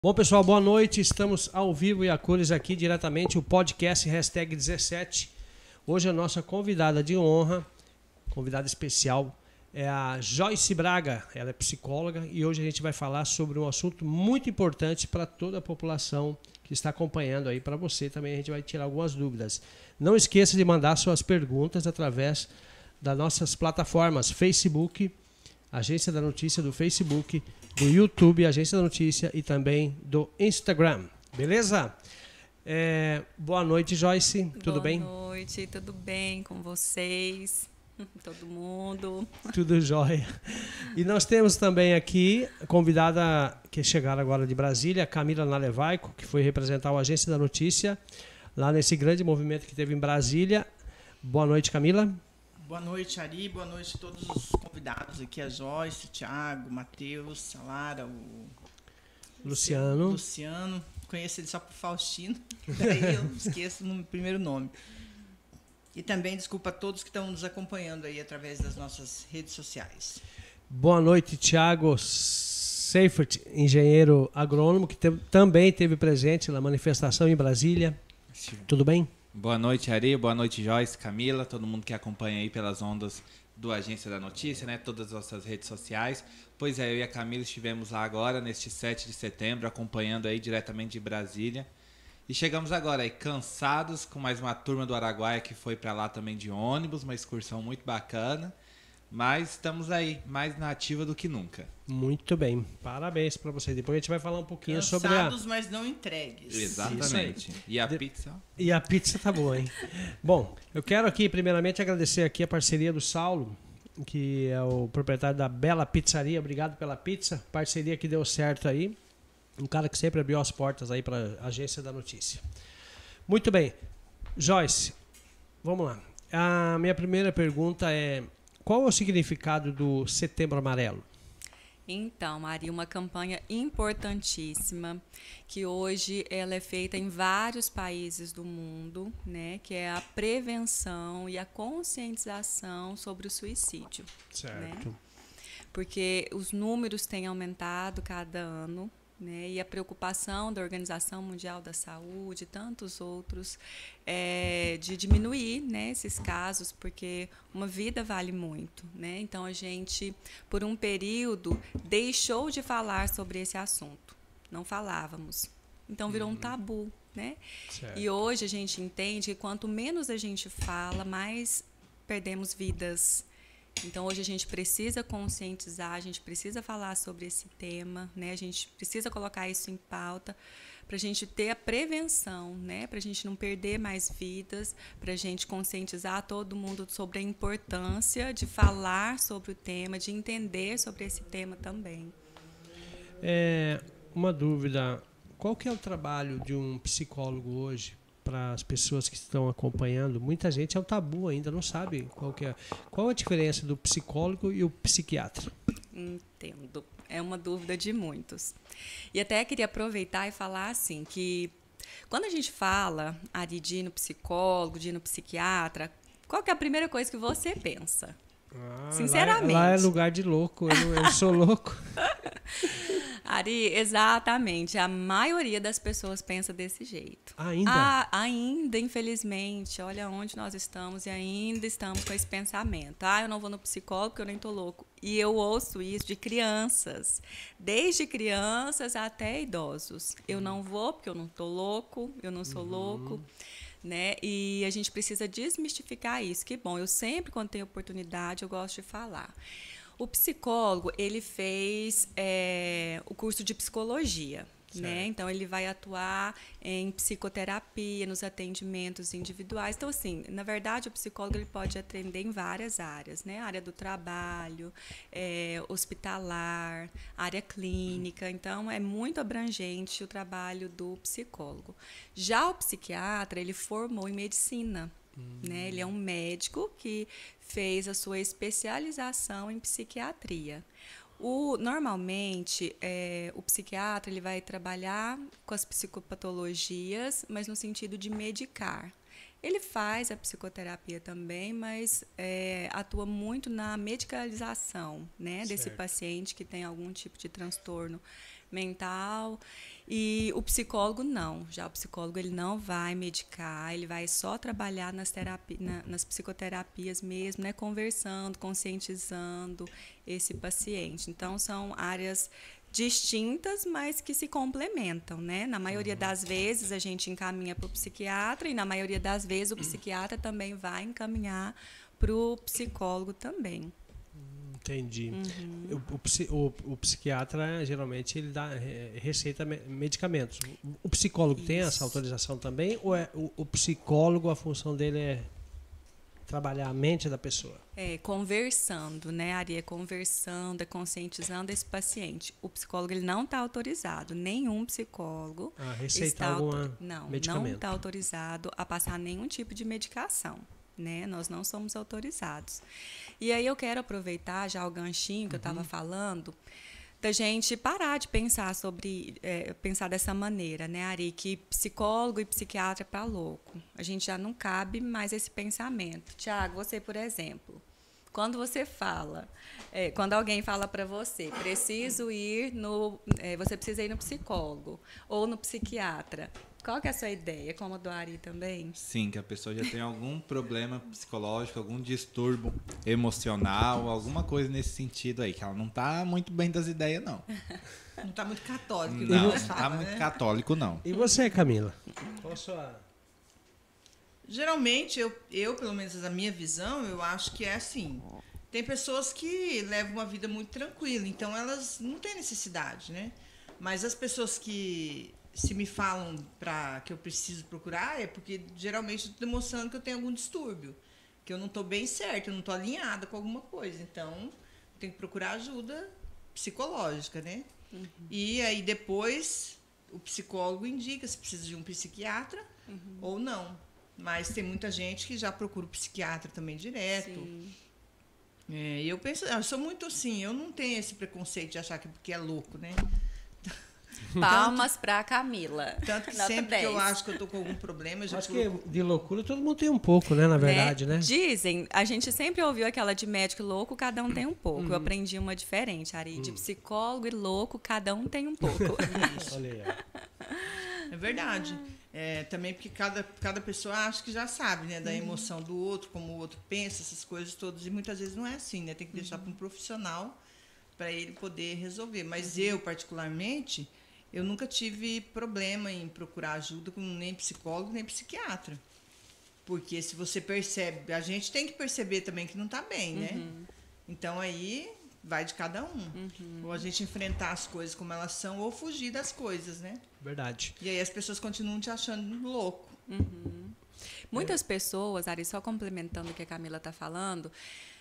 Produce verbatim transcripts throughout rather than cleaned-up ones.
Bom, pessoal, boa noite. Estamos ao vivo e a cores aqui diretamente, o podcast hashtag dezessete. Hoje a nossa convidada de honra, convidada especial, é a Joyce Braga. Ela é psicóloga e hoje a gente vai falar sobre um assunto muito importante para toda a população que está acompanhando aí. Para você também a gente vai tirar algumas dúvidas. Não esqueça de mandar suas perguntas através das nossas plataformas Facebook, Agência da Notícia do Facebook, do YouTube, Agência da Notícia e também do Instagram. Beleza? É, boa noite, Joyce. Tudo boa bem? Boa noite, tudo bem com vocês? Todo mundo? Tudo jóia. E nós temos também aqui a convidada que chegaram agora de Brasília, Camila Nalevaico, que foi representar a Agência da Notícia lá nesse grande movimento que teve em Brasília. Boa noite, Camila. Boa noite, Ari. Boa noite a todos os convidados aqui, a Joyce, o Thiago, Matheus, a Lara, o Luciano. O Luciano. Conheço ele só por Faustino, daí eu esqueço no primeiro nome. E também desculpa a todos que estão nos acompanhando aí através das nossas redes sociais. Boa noite, Thiago Seifert, engenheiro agrônomo, que te, também teve presente na manifestação em Brasília. Sim. Tudo bem? Boa noite, Ari. Boa noite, Joyce, Camila, todo mundo que acompanha aí pelas ondas do Agência da Notícia, né? Todas as nossas redes sociais. Pois é, eu e a Camila estivemos lá agora, neste sete de setembro, acompanhando aí diretamente de Brasília. E chegamos agora aí cansados com mais uma turma do Araguaia que foi para lá também de ônibus, uma excursão muito bacana. Mas estamos aí, mais na ativa do que nunca. Muito bem. Parabéns para você. Depois a gente vai falar um pouquinho Cansados, sobre a... Cansados, mas não entregues. Exatamente. E a De... pizza? E a pizza tá boa, hein? Bom, eu quero aqui, primeiramente, agradecer aqui a parceria do Saulo, que é o proprietário da Bela Pizzaria. Obrigado pela pizza. Parceria que deu certo aí. Um cara que sempre abriu as portas aí para a Agência da Notícia. Muito bem. Joyce, vamos lá. A minha primeira pergunta é... Qual é o significado do Setembro Amarelo? Então, Maria, uma campanha importantíssima que hoje ela é feita em vários países do mundo, né, que é a prevenção e a conscientização sobre o suicídio. Certo. Né? Porque os números têm aumentado cada ano. Né, e a preocupação da Organização Mundial da Saúde e tantos outros é, de diminuir, né, esses casos, porque uma vida vale muito. Né? Então, a gente, por um período, deixou de falar sobre esse assunto. Não falávamos. Então, virou um tabu. Né? E hoje a gente entende que quanto menos a gente fala, mais perdemos vidas. Então, hoje a gente precisa conscientizar, a gente precisa falar sobre esse tema, né? A gente precisa colocar isso em pauta para a gente ter a prevenção, né? Para a gente não perder mais vidas, para a gente conscientizar todo mundo sobre a importância de falar sobre o tema, de entender sobre esse tema também. É, uma dúvida, qual que é o trabalho de um psicólogo hoje? Para as pessoas que estão acompanhando, muita gente é um tabu ainda, não sabe qual que é. Qual a diferença do psicólogo e o psiquiatra? Entendo. É uma dúvida de muitos. E até queria aproveitar e falar assim, que quando a gente fala Ari, de ir no psicólogo, de ir no psiquiatra, qual que é a primeira coisa que você pensa? Ah, Sinceramente. Lá é, lá é lugar de louco, eu, não, eu sou louco. Ari, exatamente. A maioria das pessoas pensa desse jeito. Ainda? Ah, ainda, infelizmente. Olha onde nós estamos e ainda estamos com esse pensamento. Ah, eu não vou no psicólogo porque eu nem tô louco. E eu ouço isso de crianças. Desde crianças até idosos. Eu não vou porque eu não tô louco, eu não sou uhum. louco. Né? E a gente precisa desmistificar isso. Que bom, eu sempre, quando tenho oportunidade, eu gosto de falar. O psicólogo, ele fez é, o curso de psicologia, né? Então, ele vai atuar em psicoterapia, nos atendimentos individuais. Então, assim, na verdade, o psicólogo ele pode atender em várias áreas, né? Área do trabalho, é, hospitalar, área clínica. Então, é muito abrangente o trabalho do psicólogo. Já o psiquiatra, ele formou em medicina. Hum. Né? Ele é um médico que fez a sua especialização em psiquiatria. O, normalmente, é, o psiquiatra ele vai trabalhar com as psicopatologias, mas no sentido de medicar. Ele faz a psicoterapia também, mas é, atua muito na medicalização, né, desse paciente que tem algum tipo de transtorno mental. E o psicólogo não. Já o psicólogo ele não vai medicar, ele vai só trabalhar nas, terapi na, nas psicoterapias mesmo, né? Conversando, conscientizando esse paciente. Então, são áreas distintas, mas que se complementam, né? Na maioria das vezes a gente encaminha para o psiquiatra e na maioria das vezes o psiquiatra também vai encaminhar para o psicólogo também. Entendi. Uhum. O, o, psi- o- o psiquiatra, geralmente, ele dá é, receita me- medicamentos. O, o psicólogo tem essa Isso. autorização também? Ou é o, o psicólogo, a função dele é trabalhar a mente da pessoa? É, conversando, né, Ari? É conversando, é conscientizando esse paciente. O psicólogo ele não está autorizado, nenhum psicólogo A receitar está alguma auto- não, medicamento. não está autorizado a passar nenhum tipo de medicação, né? Nós não somos autorizados. E aí eu quero aproveitar já o ganchinho que eu estava falando, da gente parar de pensar sobre, é, pensar dessa maneira, né, Ari? Que psicólogo e psiquiatra é para louco. A gente já não cabe mais esse pensamento. Tiago, você, por exemplo, quando você fala, é, quando alguém fala para você, preciso ir no, é, você precisa ir no psicólogo ou no psiquiatra, qual que é a sua ideia? Como a do Ari também? Sim, que a pessoa já tem algum problema psicológico, algum distúrbio emocional, alguma coisa nesse sentido aí, que ela não tá muito bem das ideias, não. Não está muito católico. Não, igual não nós tá fala, muito né? católico, não. E você, Camila? Qual a sua... Geralmente, eu, eu, pelo menos a minha visão, eu acho que é assim. Tem pessoas que levam uma vida muito tranquila, então elas não têm necessidade, né? Mas as pessoas que se me falam para que eu preciso procurar é porque geralmente eu estou demonstrando que eu tenho algum distúrbio, que eu não estou bem certa, eu não estou alinhada com alguma coisa. Então, eu tenho que procurar ajuda psicológica, né? Uhum. E aí depois o psicólogo indica se precisa de um psiquiatra uhum. ou não. Mas tem muita gente que já procura o psiquiatra também direto. Sim. É, eu penso, eu sou muito assim, eu não tenho esse preconceito de achar que porque é louco, né? Palmas para Camila. Tanto que Nota sempre dez. que eu acho que eu tô com algum problema, eu já Acho procuro. que de loucura todo mundo tem um pouco, né? Na verdade, né? Dizem, a gente sempre ouviu aquela de médico e louco, cada um tem um pouco. Hum. Eu aprendi uma diferente, Ari. De psicólogo e louco, cada um tem um pouco. Olha aí. ó. É verdade. É, também porque cada, cada pessoa acha que já sabe, né? Da emoção do outro, como o outro pensa, essas coisas todas. E muitas vezes não é assim, né? Tem que deixar para um profissional para ele poder resolver. Mas eu, particularmente, eu nunca tive problema em procurar ajuda com nem psicólogo, nem psiquiatra. Porque se você percebe... A gente tem que perceber também que não está bem, né? Uhum. Então, aí vai de cada um. Uhum. Ou a gente enfrentar as coisas como elas são, ou fugir das coisas, né? Verdade. E aí as pessoas continuam te achando louco. Uhum. Muitas pessoas, Ari, só complementando o que a Camila está falando,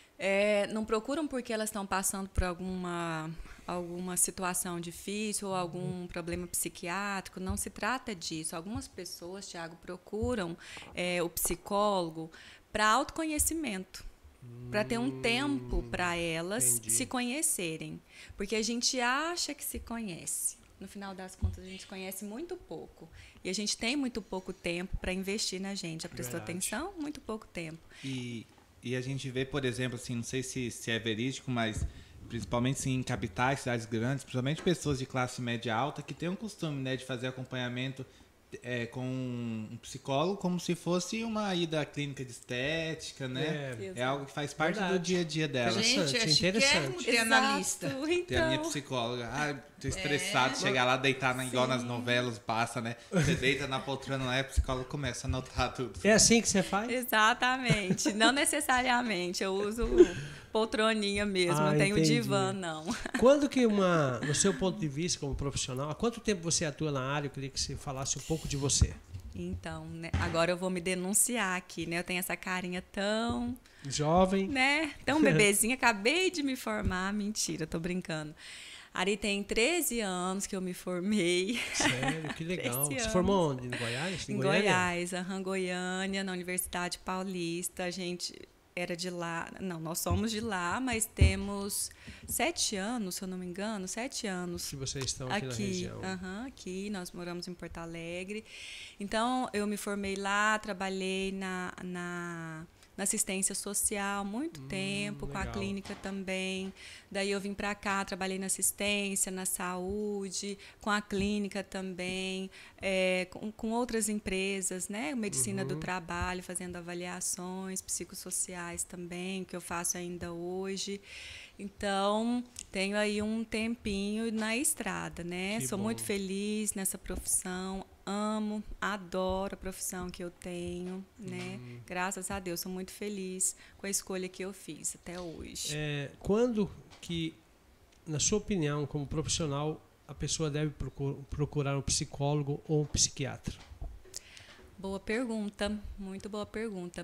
é, não procuram porque elas estão passando por alguma, alguma situação difícil ou algum problema psiquiátrico. Não se trata disso. Algumas pessoas, Tiago, procuram é, o psicólogo para autoconhecimento. Para ter um tempo para elas entendi. se conhecerem. Porque a gente acha que se conhece. No final das contas, a gente conhece muito pouco. E a gente tem muito pouco tempo para investir na gente. Já prestou Verdade. atenção? Muito pouco tempo. E, e a gente vê, por exemplo, assim, não sei se, se é verídico, mas principalmente assim, em capitais, cidades grandes, principalmente pessoas de classe média alta, que têm um costume, né, de fazer acompanhamento é, com um psicólogo como se fosse uma ida à clínica de estética, né? É. É algo que faz parte Verdade. do dia a dia dela. Interessante, Gente, é chiquérrimo interessante. ter analista. Exato, Ter a minha então. psicóloga. Ah, tô estressado, É. chegar lá, deitar na, igual nas novelas, passa, né? Você deita na poltrona lá e a psicóloga começa a anotar tudo. É assim que você faz? Exatamente. Não necessariamente. Eu uso poltroninha mesmo. Ah, não tenho entendi. divã, não. Quando que uma, no seu ponto de vista como profissional, há quanto tempo você atua na área? Eu queria que você falasse um pouco de você. Então, né, agora eu vou me denunciar aqui, né? Eu tenho essa carinha tão, Jovem. né? Tão bebezinha, acabei de me formar. Mentira, tô brincando. Ari, tem treze anos que eu me formei. Sério, que legal. treze Você formou onde? Em Goiás? Em Goiânia? Goiás, aham, Goiânia, na Universidade Paulista. A gente era de lá. Não, nós somos de lá, mas temos sete anos, se eu não me engano, sete anos. Que vocês estão aqui, na Aqui, região. aham, aqui, nós moramos em Porto Alegre. Então, eu me formei lá, trabalhei na, na, na assistência social, muito Hum, tempo, com a legal. clínica também. Daí eu vim para cá, trabalhei na assistência, na saúde, com a clínica também, é, com, com outras empresas, né? Medicina do trabalho, fazendo avaliações psicossociais também, que eu faço ainda hoje. Então, tenho aí um tempinho na estrada, né? Que Sou bom. muito feliz nessa profissão, amo, adoro a profissão que eu tenho, né? Graças a Deus, sou muito feliz com a escolha que eu fiz até hoje. É, quando que, na sua opinião, como profissional, a pessoa deve procu- procurar um psicólogo ou um psiquiatra? Boa pergunta, muito boa pergunta.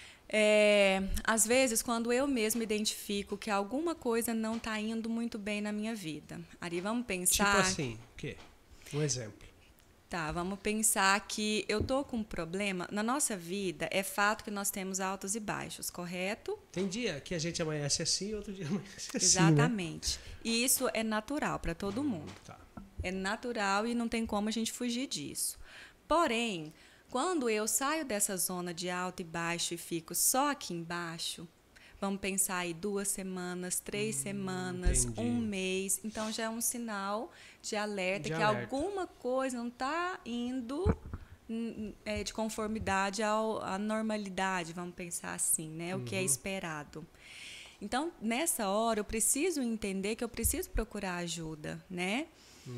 É, às vezes, quando eu mesma identifico que alguma coisa não está indo muito bem na minha vida. Ari, vamos pensar... Tipo assim, o quê? Um exemplo. Tá, vamos pensar que eu tô com um problema. Na nossa vida, é fato que nós temos altos e baixos, correto? Tem dia que a gente amanhece assim, outro dia amanhece assim, né? Exatamente. E isso é natural para todo mundo. Tá. É natural e não tem como a gente fugir disso. Porém, quando eu saio dessa zona de alto e baixo e fico só aqui embaixo, vamos pensar aí duas semanas, três semanas, entendi. um mês, então já é um sinal de alerta De que alerta. alguma coisa não está indo hum, é, de conformidade ao, à normalidade, vamos pensar assim, né? O que é esperado. Então, nessa hora, eu preciso entender que eu preciso procurar ajuda, né?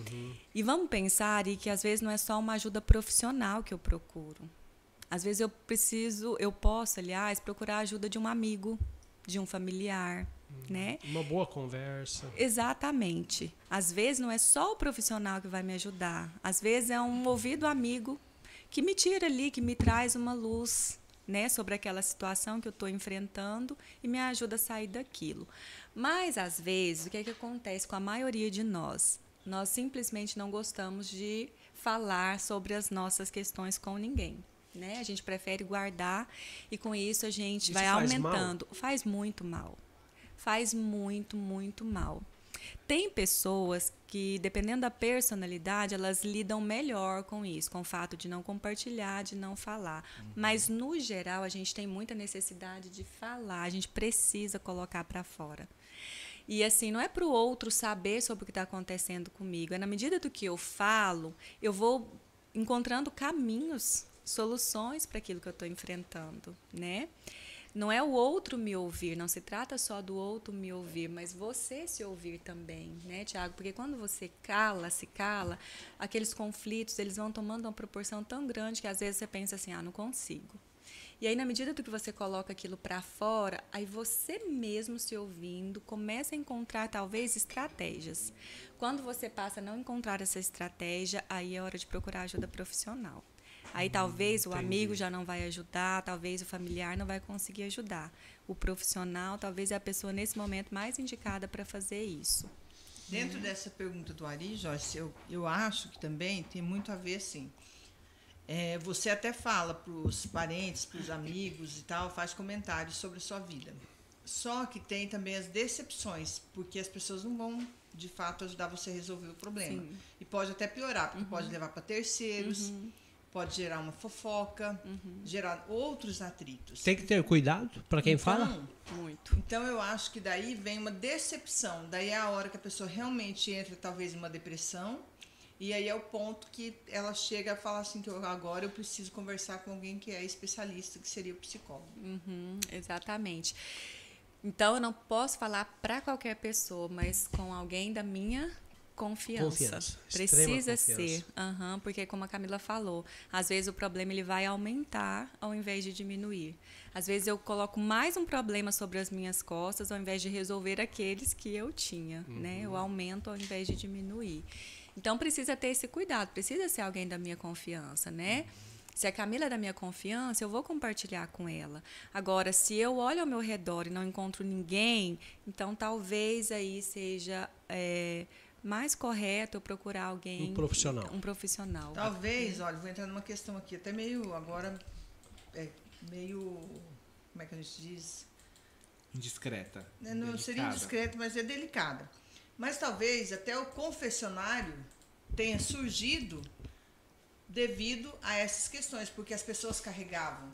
E vamos pensar aí que às vezes não é só uma ajuda profissional que eu procuro. Às vezes eu preciso, eu posso, aliás, procurar a ajuda de um amigo, de um familiar, né? Uma boa conversa. Exatamente. Às vezes não é só o profissional que vai me ajudar. Às vezes é um ouvido amigo que me tira ali, que me traz uma luz, né, sobre aquela situação que eu estou enfrentando e me ajuda a sair daquilo. Mas, às vezes, o que é que acontece com a maioria de nós? Nós simplesmente não gostamos de falar sobre as nossas questões com ninguém, né? A gente prefere guardar e, com isso, a gente Isso vai faz aumentando. Faz muito mal. Faz muito, muito mal. Tem pessoas que, dependendo da personalidade, elas lidam melhor com isso, com o fato de não compartilhar, de não falar. Uhum. Mas, no geral, a gente tem muita necessidade de falar, a gente precisa colocar para fora. E, assim, não é para o outro saber sobre o que está acontecendo comigo. É na medida do que eu falo, eu vou encontrando caminhos, soluções para aquilo que eu estou enfrentando, né? Não é o outro me ouvir, não se trata só do outro me ouvir, mas você se ouvir também, né, Tiago? Porque quando você cala, se cala, aqueles conflitos, eles vão tomando uma proporção tão grande que às vezes você pensa assim, ah, não consigo. E aí, na medida do que você coloca aquilo para fora, aí você mesmo se ouvindo, começa a encontrar, talvez, estratégias. Quando você passa a não encontrar essa estratégia, aí é hora de procurar ajuda profissional. Aí, talvez, o Entendi. amigo já não vai ajudar, talvez o familiar não vai conseguir ajudar. O profissional, talvez, é a pessoa, nesse momento, mais indicada para fazer isso. Dentro dessa pergunta do Ari, Joyce, eu, eu acho que também tem muito a ver, assim... É, você até fala para os parentes, para os amigos e tal, faz comentários sobre a sua vida. Só que tem também as decepções, porque as pessoas não vão, de fato, ajudar você a resolver o problema. Sim. E pode até piorar, porque uhum. pode levar para terceiros, Uhum. pode gerar uma fofoca, Uhum. gerar outros atritos. Tem que ter cuidado para quem então, fala? Muito. Então, eu acho que daí vem uma decepção. Daí é a hora que a pessoa realmente entra, talvez, em uma depressão. E aí é o ponto que ela chega a falar assim, que eu, agora eu preciso conversar com alguém que é especialista, que seria o psicólogo. Uhum, exatamente. Então, eu não posso falar para qualquer pessoa, mas com alguém da minha confiança. Confiança. Precisa Extrema ser. Uhum, porque, como a Camila falou, às vezes o problema ele vai aumentar ao invés de diminuir. Às vezes eu coloco mais um problema sobre as minhas costas ao invés de resolver aqueles que eu tinha. Uhum. Né? Eu aumento ao invés de diminuir. Então, precisa ter esse cuidado, precisa ser alguém da minha confiança, né? Se a Camila é da minha confiança, eu vou compartilhar com ela. Agora, se eu olho ao meu redor e não encontro ninguém, então talvez aí seja é, mais correto eu procurar alguém... Um profissional. Um profissional. Talvez, olha, vou entrar numa questão aqui, até meio, agora, é meio, como é que a gente diz? Indiscreta. Não delicada. Seria indiscreta, mas é delicada. Mas talvez até o confessionário tenha surgido devido a essas questões, porque as pessoas carregavam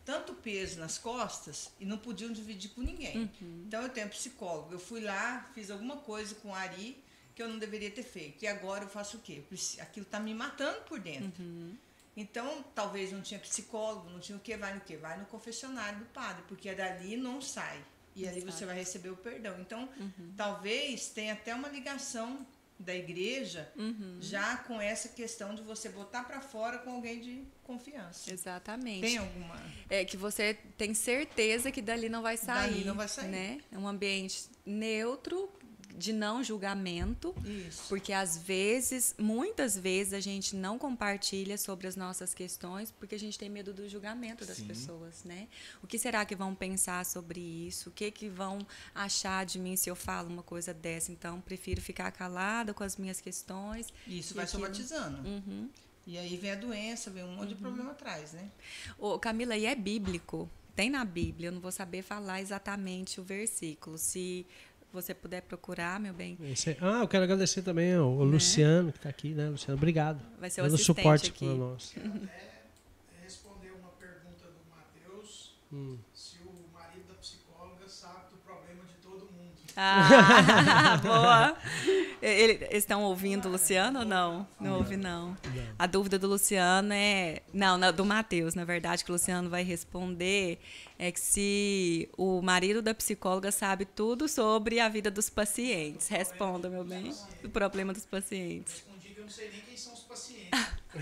tanto peso nas costas e não podiam dividir com ninguém. Uhum. Então eu tenho psicólogo. Eu fui lá, fiz alguma coisa com a Ari que eu não deveria ter feito. E agora eu faço o quê? Aquilo está me matando por dentro. Uhum. Então, talvez não tinha psicólogo, não tinha o quê? Vai no quê? Vai no confessionário do padre, porque dali não sai. E ali Exato. Você vai receber o perdão. Então, uhum. talvez tenha até uma ligação da igreja uhum. já com essa questão de você botar para fora com alguém de confiança. Exatamente. Tem alguma? É que você tem certeza que dali não vai sair. Dali não vai sair. Né? É um ambiente neutro, de não julgamento, Isso. porque às vezes, muitas vezes a gente não compartilha sobre as nossas questões porque a gente tem medo do julgamento das Sim. pessoas, né? O que será que vão pensar sobre isso? O que que vão achar de mim se eu falo uma coisa dessa? Então, prefiro ficar calada com as minhas questões. Isso vai aquilo... somatizando. Uhum. E aí vem a doença, vem um monte uhum. de problema atrás, né? Ô, Camila, e é bíblico? Tem na Bíblia, eu não vou saber falar exatamente o versículo. Se você puder procurar, meu bem. Esse, ah, eu quero agradecer também ao, ao né? Luciano, que está aqui, né? Luciano, obrigado. Vai ser o Dando assistente suporte aqui. para nós. É, responder uma pergunta do Matheus, hum. se o marido da psicóloga sabe do problema de todo mundo. Ah, boa. Ele, eles estão ouvindo o Luciano ou não? Não ouve, não. não. A dúvida do Luciano é... Não, não do Matheus, na verdade, que o Luciano vai responder é que se o marido da psicóloga sabe tudo sobre a vida dos pacientes. Responda, meu bem. O problema dos pacientes. Respondi que eu não sei nem quem são os pacientes.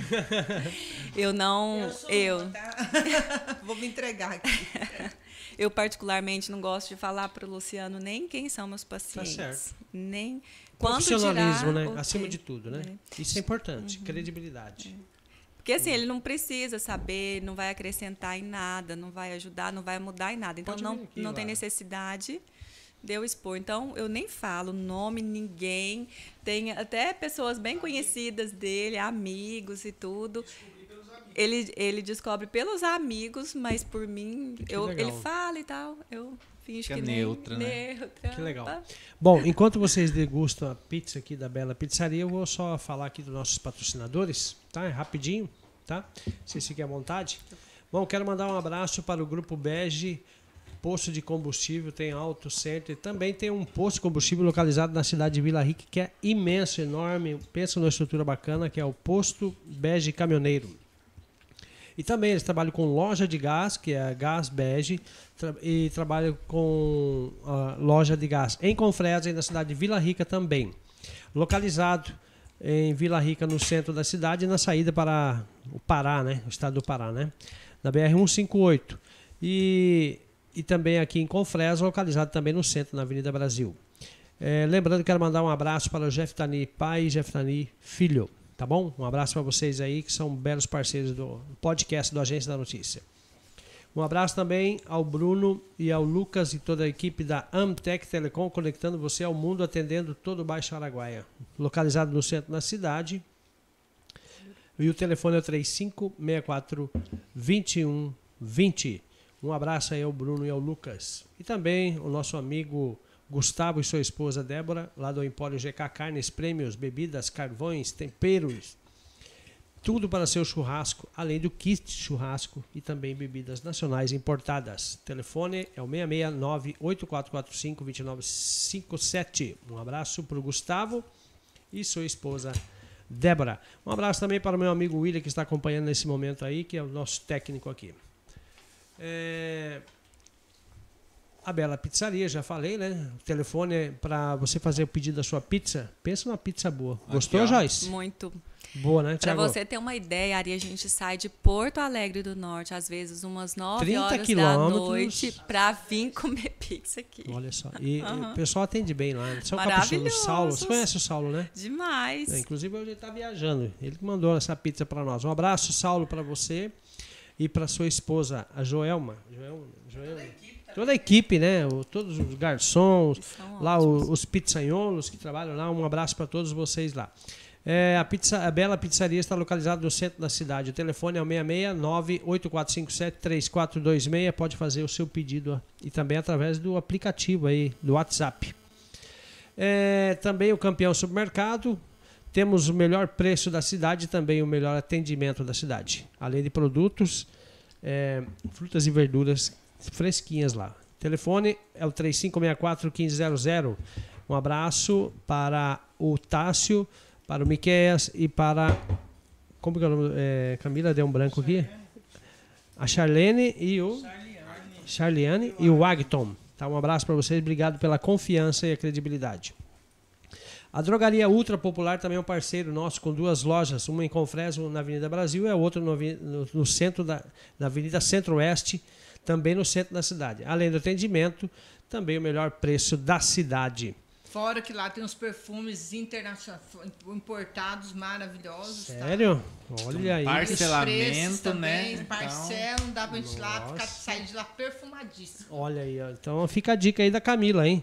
Eu não... Eu sou eu uma, tá? Vou me entregar aqui. Eu, particularmente, não gosto de falar para o Luciano nem quem são meus pacientes. Tá certo. Nem... Profissionalismo, né? O Acima quê? de tudo, né? É. Isso é importante. Uhum. Credibilidade. É. Porque, assim, ele não precisa saber, não vai acrescentar em nada, não vai ajudar, não vai mudar em nada. Então, Pode não, aqui, não tem necessidade de eu expor. Então, eu nem falo nome, ninguém. Tem até pessoas bem conhecidas dele, amigos e tudo. Ele, ele descobre pelos amigos, mas por mim, eu, ele fala e tal, eu finge Fica que neutra, nem, né? neutra. Que legal. Tá? Bom, enquanto vocês degustam a pizza aqui da Bela Pizzaria, eu vou só falar aqui dos nossos patrocinadores, tá? É rapidinho, tá? Vocês fiquem à vontade. Bom, quero mandar um abraço para o Grupo Bege, posto de combustível, tem Auto Center, também tem um posto de combustível localizado na cidade de Vila Rica, que é imenso, enorme, pensa numa estrutura bacana, que é o Posto Bege Caminhoneiro. E também eles trabalham com loja de gás, que é a Gás Bege, tra e trabalham com a loja de gás em Confresa e na cidade de Vila Rica também. Localizado em Vila Rica, no centro da cidade, e na saída para o Pará, né? O estado do Pará, né? Na B R cento e cinquenta e oito. E, e também aqui em Confresa, localizado também no centro, na Avenida Brasil. É, lembrando que quero mandar um abraço para o Jeftani pai e Jeftani filho. Tá bom? Um abraço para vocês aí, que são belos parceiros do podcast do Agência da Notícia. Um abraço também ao Bruno e ao Lucas e toda a equipe da Amtec Telecom, conectando você ao mundo, atendendo todo o Baixo Araguaia. Localizado no centro da cidade. E o telefone é o três cinco seis quatro, dois um dois zero. Um abraço aí ao Bruno e ao Lucas. E também o nosso amigo Gustavo e sua esposa Débora, lá do Empório G K Carnes, Prêmios, Bebidas, Carvões, Temperos, tudo para seu churrasco, além do kit churrasco e também bebidas nacionais importadas. O telefone é o seis seis nove, oito quatro quatro cinco, dois nove cinco sete. Um abraço para o Gustavo e sua esposa Débora. Um abraço também para o meu amigo William, que está acompanhando nesse momento aí, que é o nosso técnico aqui. É... A Bela Pizzaria, já falei, né? O telefone é para você fazer o pedido da sua pizza. Pensa numa pizza boa. Gostou, Aqui, ó. Joyce? Muito. Boa, né, Para Thiago? você ter uma ideia, Ari, a gente sai de Porto Alegre do Norte, às vezes umas nove trinta horas da quilômetros. noite, para vir comer pizza aqui. Olha só. E Uhum. o pessoal atende bem lá. Né? Seu Maravilhoso. capuchinho, o Saulo. Você conhece o Saulo, né? Demais. É, inclusive, hoje ele está viajando. Ele que mandou essa pizza para nós. Um abraço, Saulo, para você e para sua esposa, a Joelma. Joelma, Joelma. Toda a equipe, né? O, todos os garçons, lá o, os pizzanholos que trabalham lá. Um abraço para todos vocês lá. É, a, pizza, a Bela Pizzaria está localizada no centro da cidade. O telefone é o seis seis nove, oito quatro cinco sete, três quatro dois seis. Pode fazer o seu pedido e também através do aplicativo aí, do WhatsApp. É, também o Campeão Supermercado. Temos o melhor preço da cidade e também o melhor atendimento da cidade. Além de produtos é, frutas e verduras fresquinhas lá. O telefone é o três cinco seis quatro, um cinco zero zero. Um abraço para o Tássio, para o Miqueias e para... Como que é o nome? É, Camila, deu um branco aqui? A Charlene e o... Charliane e o Agton. Tá, um abraço para vocês. Obrigado pela confiança e a credibilidade. A Drogaria Ultra Popular também é um parceiro nosso com duas lojas, uma em Confresa, na Avenida Brasil, e a outra no, no, no centro da na Avenida Centro-Oeste, também no centro da cidade. Além do atendimento, também o melhor preço da cidade. Fora que lá tem uns perfumes internacionais importados maravilhosos. Sério? Tá? Olha aí. Parcelamento, também, né? Parcelam, dá pra gente Nossa. lá ficar, sair de lá perfumadíssimo. Olha aí, ó. Então fica a dica aí da Camila, hein?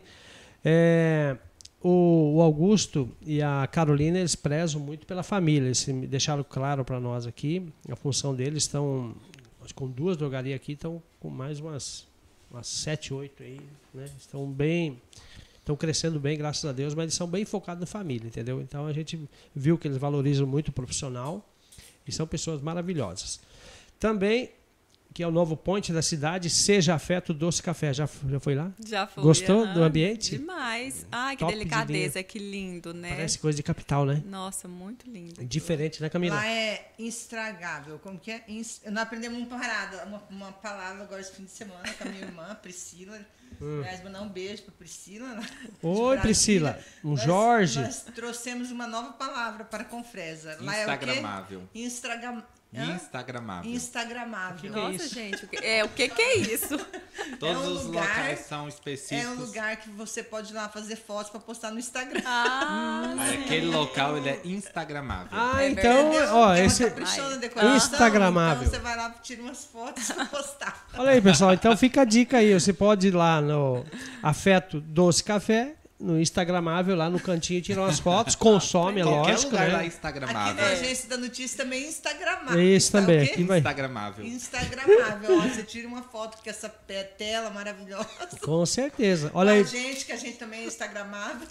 É, o, o Augusto e a Carolina, eles prezam muito pela família. Eles me deixaram claro para nós aqui. A função deles estão com duas drogarias aqui, estão com mais umas, umas sete, oito aí, né? Estão bem... Estão crescendo bem, graças a Deus, mas eles são bem focados na família, entendeu? Então a gente viu que eles valorizam muito o profissional e são pessoas maravilhosas. Também, que é o novo ponte da cidade, Seja Afeto Doce Café. Já, já foi lá? Já foi. Gostou aham, do ambiente? Demais. Ai, que Top de delicadeza, que lindo, né? Parece coisa de capital, né? Nossa, muito lindo. Diferente, né, Camila? Lá é estragável. Como que é? Ins- Nós aprendemos uma parada, uma, uma palavra agora esse fim de semana com a minha irmã, Priscila. Hum. Aliás, mandar um beijo para Priscila. lá de Oi, Brasília. Priscila. Um Nós- Jorge. Nós trouxemos uma nova palavra para Confresa. Lá é o quê? Instagramável. Instagram... Hã? Instagramável. Instagramável. que é Nossa, isso? gente, o que, é, o que, que é isso? Todos É um os lugar- locais são específicos. É um lugar que você pode ir lá fazer fotos para postar no Instagram. Ah, Aí aquele local ele é instagramável. Ah, É então, Entendeu? ó, é uma esse... caprichona decoração, Instagramável. Então você vai lá, tira umas fotos para postar. Olha aí, pessoal. Então fica a dica aí. Você pode ir lá no Afeto Doce Café, no Instagramável, lá no cantinho, tirar umas fotos, consome, é Qualquer lógico, lugar lá é né? Aqui instagramável. na agência da notícia também é Instagramável. É isso Sabe também, o quê? aqui vai. Instagramável. Instagramável. Ó, você tira uma foto com essa pe- tela maravilhosa. Com certeza. Olha aí. A gente, que a gente também é Instagramável.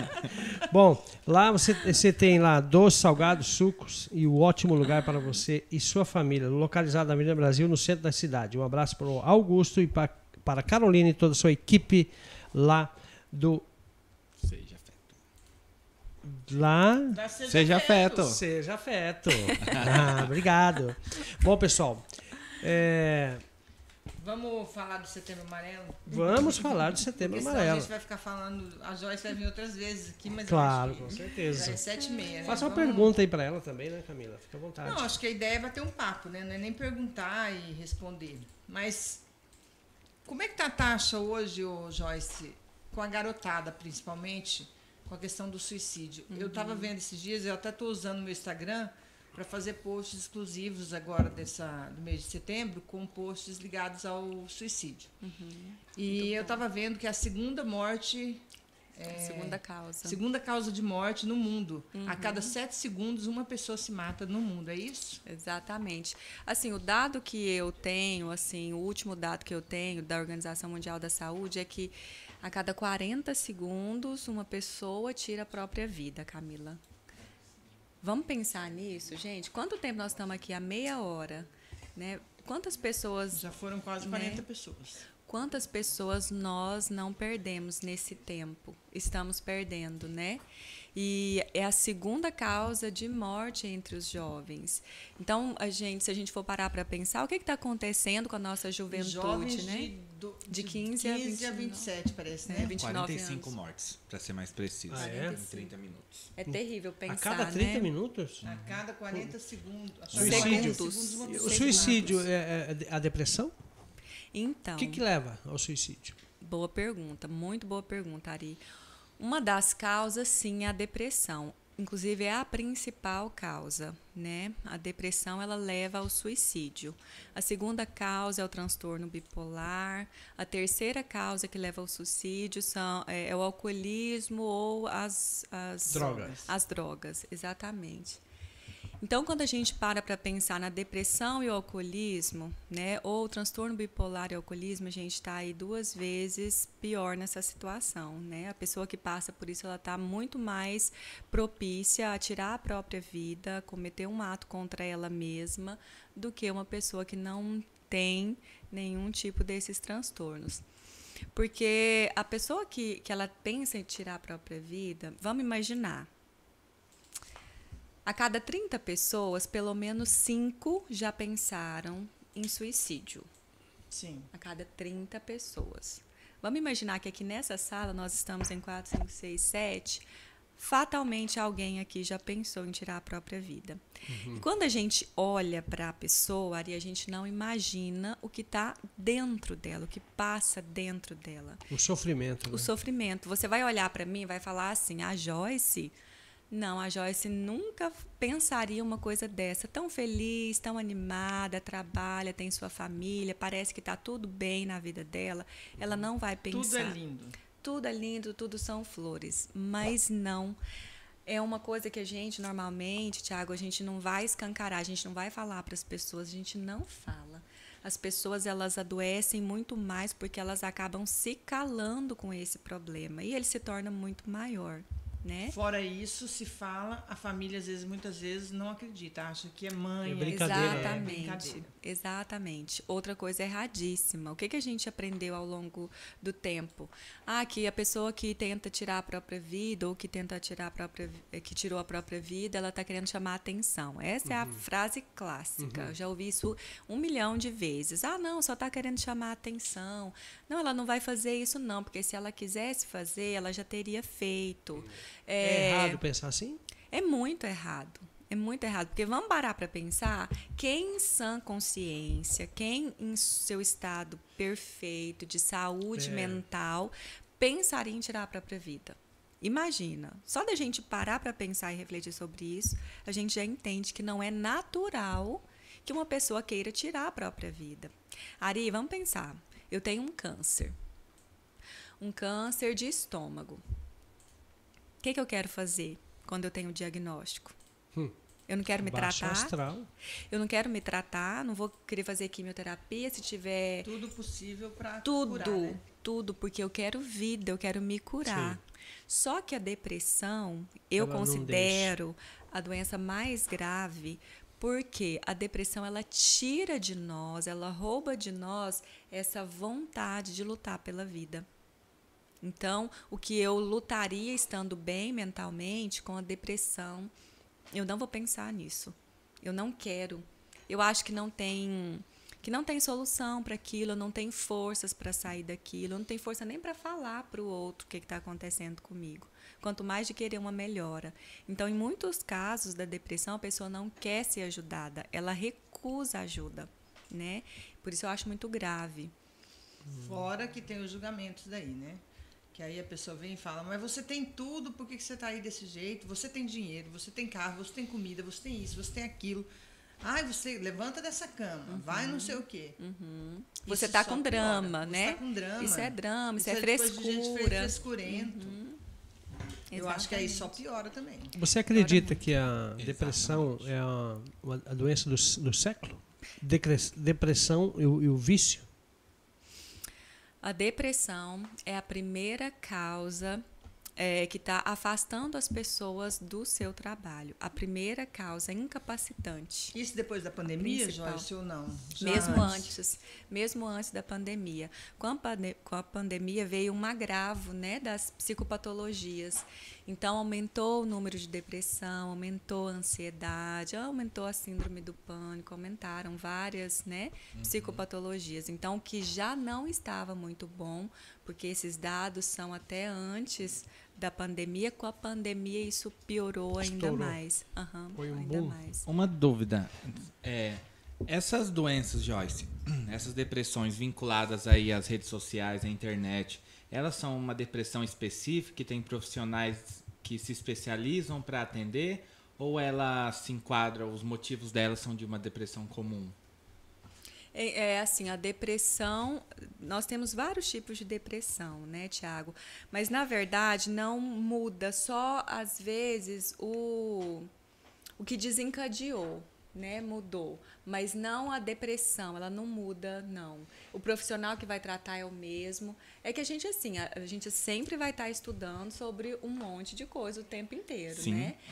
Bom, lá você, você tem lá doces, salgados, sucos e o ótimo lugar para você e sua família, localizado na Avenida Brasil, no centro da cidade. Um abraço para o Augusto e para, para a Carolina e toda a sua equipe lá do... Seja afeto. Lá... Da Seja afeto. Seja afeto. Ah, obrigado. Bom, pessoal, é, Vamos falar do Setembro Amarelo? vamos falar do Setembro Porque senão a Amarelo. gente vai ficar falando... A Joyce vai vir outras vezes aqui, mas Claro, eu acho com que certeza. já é sete e meia, né? Faça uma Vamos- pergunta aí para ela também, né, Camila? Fica à vontade. Não, acho que a ideia é bater um papo, né? Não é nem perguntar e responder. Mas como é que tá a taxa hoje, ô Joyce, com a garotada, principalmente, com a questão do suicídio? Eu estava vendo esses dias, eu até estou usando o meu Instagram para fazer posts exclusivos agora dessa, do mês de setembro, com posts ligados ao suicídio. E eu estava vendo que a segunda morte... É, segunda causa. segunda causa de morte no mundo. A cada sete segundos, uma pessoa se mata no mundo, é isso? Exatamente. Assim, o dado que eu tenho, assim, o último dado que eu tenho da Organização Mundial da Saúde é que a cada quarenta segundos uma pessoa tira a própria vida, Camila. Vamos pensar nisso, gente? Quanto tempo nós estamos aqui? Há meia hora, né? Quantas pessoas, Já foram quase Né? quarenta pessoas. quantas pessoas nós não perdemos nesse tempo? Estamos perdendo, né? E é a segunda causa de morte entre os jovens. Então, a gente, se a gente for parar para pensar, o que está acontecendo com a nossa juventude, Jovens né? de, do, De quinze a quinze a vinte e vinte e sete, parece, né? É, vinte e nove quarenta e cinco anos. mortes, para ser mais preciso. Ah, é? Em trinta minutos. É terrível pensar, A cada trinta né? minutos? A cada quarenta segundos. A cada Suicídio. quarenta segundos, uma O pessoa se suicídio mata. é, é a depressão? Então, O que, que leva ao suicídio? boa pergunta, muito boa pergunta, Ari. Uma das causas, sim, é a depressão. Inclusive, é a principal causa, né? A depressão, ela leva ao suicídio. A segunda causa é o transtorno bipolar. A terceira causa que leva ao suicídio são, é, é o alcoolismo ou as, as Drogas. As drogas, exatamente. Então, quando a gente para para pensar na depressão e o alcoolismo, né, ou o transtorno bipolar e o alcoolismo, a gente está aí duas vezes pior nessa situação, né? A pessoa que passa por isso, ela está muito mais propícia a tirar a própria vida, cometer um ato contra ela mesma, do que uma pessoa que não tem nenhum tipo desses transtornos. Porque a pessoa que, que ela pensa em tirar a própria vida, vamos imaginar, a cada trinta pessoas, pelo menos cinco já pensaram em suicídio. Sim. A cada trinta pessoas. Vamos imaginar que aqui nessa sala, nós estamos em quatro, cinco, seis, sete, fatalmente alguém aqui já pensou em tirar a própria vida. Uhum. E quando a gente olha para a pessoa, Ari, a gente não imagina o que está dentro dela, o que passa dentro dela. O sofrimento. O né? sofrimento. Você vai olhar para mim e vai falar assim, a Joyce... Não, a Joyce nunca pensaria uma coisa dessa. Tão feliz, tão animada, trabalha, tem sua família, parece que está tudo bem na vida dela. Ela não vai pensar. Tudo é lindo. Tudo é lindo, tudo são flores. Mas não. É uma coisa que a gente, normalmente, Tiago, a gente não vai escancarar, a gente não vai falar para as pessoas, a gente não fala. As pessoas, elas adoecem muito mais porque elas acabam se calando com esse problema. E ele se torna muito maior. Né? Fora isso, se fala, a família às vezes, muitas vezes não acredita, acha que é mãe, é brincadeira. Exatamente, é brincadeira. Exatamente. Outra coisa erradíssima. O que, que a gente aprendeu ao longo do tempo? Ah, que a pessoa que tenta tirar a própria vida ou que tenta tirar a própria, que tirou a própria vida, ela está querendo chamar a atenção. Essa uhum. é a frase clássica. Uhum. Eu já ouvi isso um milhão de vezes. Ah, não, só está querendo chamar a atenção. Não, ela não vai fazer isso não, porque se ela quisesse fazer, ela já teria feito. É, é errado pensar assim? É muito errado. É muito errado. Porque vamos parar para pensar, quem em sã consciência, quem em seu estado perfeito de saúde é. mental, pensaria em tirar a própria vida? Imagina. Só da gente parar para pensar e refletir sobre isso, a gente já entende que não é natural que uma pessoa queira tirar a própria vida. Ari, vamos pensar. Eu tenho um câncer. Um câncer de estômago. O que, que eu quero fazer quando eu tenho o diagnóstico? Hum. Eu não quero me Baixa tratar. Astral. Eu não quero me tratar, não vou querer fazer quimioterapia se tiver... Tudo possível para Tudo, curar, né? tudo, porque eu quero vida, eu quero me curar. Sim. Só que a depressão, eu Ela considero a doença mais grave, porque a depressão, ela tira de nós, ela rouba de nós essa vontade de lutar pela vida. Então, o que eu lutaria estando bem mentalmente com a depressão, eu não vou pensar nisso. Eu não quero. Eu acho que não tem, que não tem solução para aquilo, eu não tenho forças para sair daquilo, eu não tenho força nem para falar para o outro o que está acontecendo comigo. Quanto mais de querer uma melhora. Então, em muitos casos da depressão, a pessoa não quer ser ajudada, ela recusa ajuda, né? Por isso eu acho muito grave. Fora que tem os julgamentos daí, né? Que aí a pessoa vem e fala, mas você tem tudo, por que você está aí desse jeito? Você tem dinheiro, você tem carro, você tem comida, você tem isso, você tem aquilo. Ai, você levanta dessa cama, uhum. vai não sei o quê. Uhum. Você está com drama, piora. né? Você tá com drama. Isso é drama, isso, isso é, é frescura. De gente frescurento. Uhum. Eu acho que aí só piora também. Você acredita que a depressão Exatamente. é a, a doença do, do século? Depressão e o, e o vício? A depressão é a primeira causa é, que está afastando as pessoas do seu trabalho. A primeira causa incapacitante. Isso depois da pandemia, Joyce, ou não? Já mesmo antes. antes, mesmo antes da pandemia. Com a, pande com a pandemia veio um agravo, né, das psicopatologias. Então, aumentou o número de depressão, aumentou a ansiedade, aumentou a síndrome do pânico, aumentaram várias, né, uhum. psicopatologias. Então, o que já não estava muito bom, porque esses dados são até antes da pandemia, com a pandemia isso piorou ainda Estourou. mais. Uhum, Foi um ainda boom. mais. Uma dúvida. É, essas doenças, Joyce, essas depressões vinculadas aí às redes sociais, à internet, elas são uma depressão específica que tem profissionais que se especializam para atender ou ela se enquadra, os motivos delas são de uma depressão comum? É, é assim, a depressão, nós temos vários tipos de depressão, né, Tiago? Mas, na verdade, não muda só, às vezes, o, o que desencadeou. Né, mudou, mas não a depressão, ela não muda, não. O profissional que vai tratar é o mesmo. É que a gente, assim, a, a gente sempre vai estar estudando sobre um monte de coisa o tempo inteiro, Sim. né?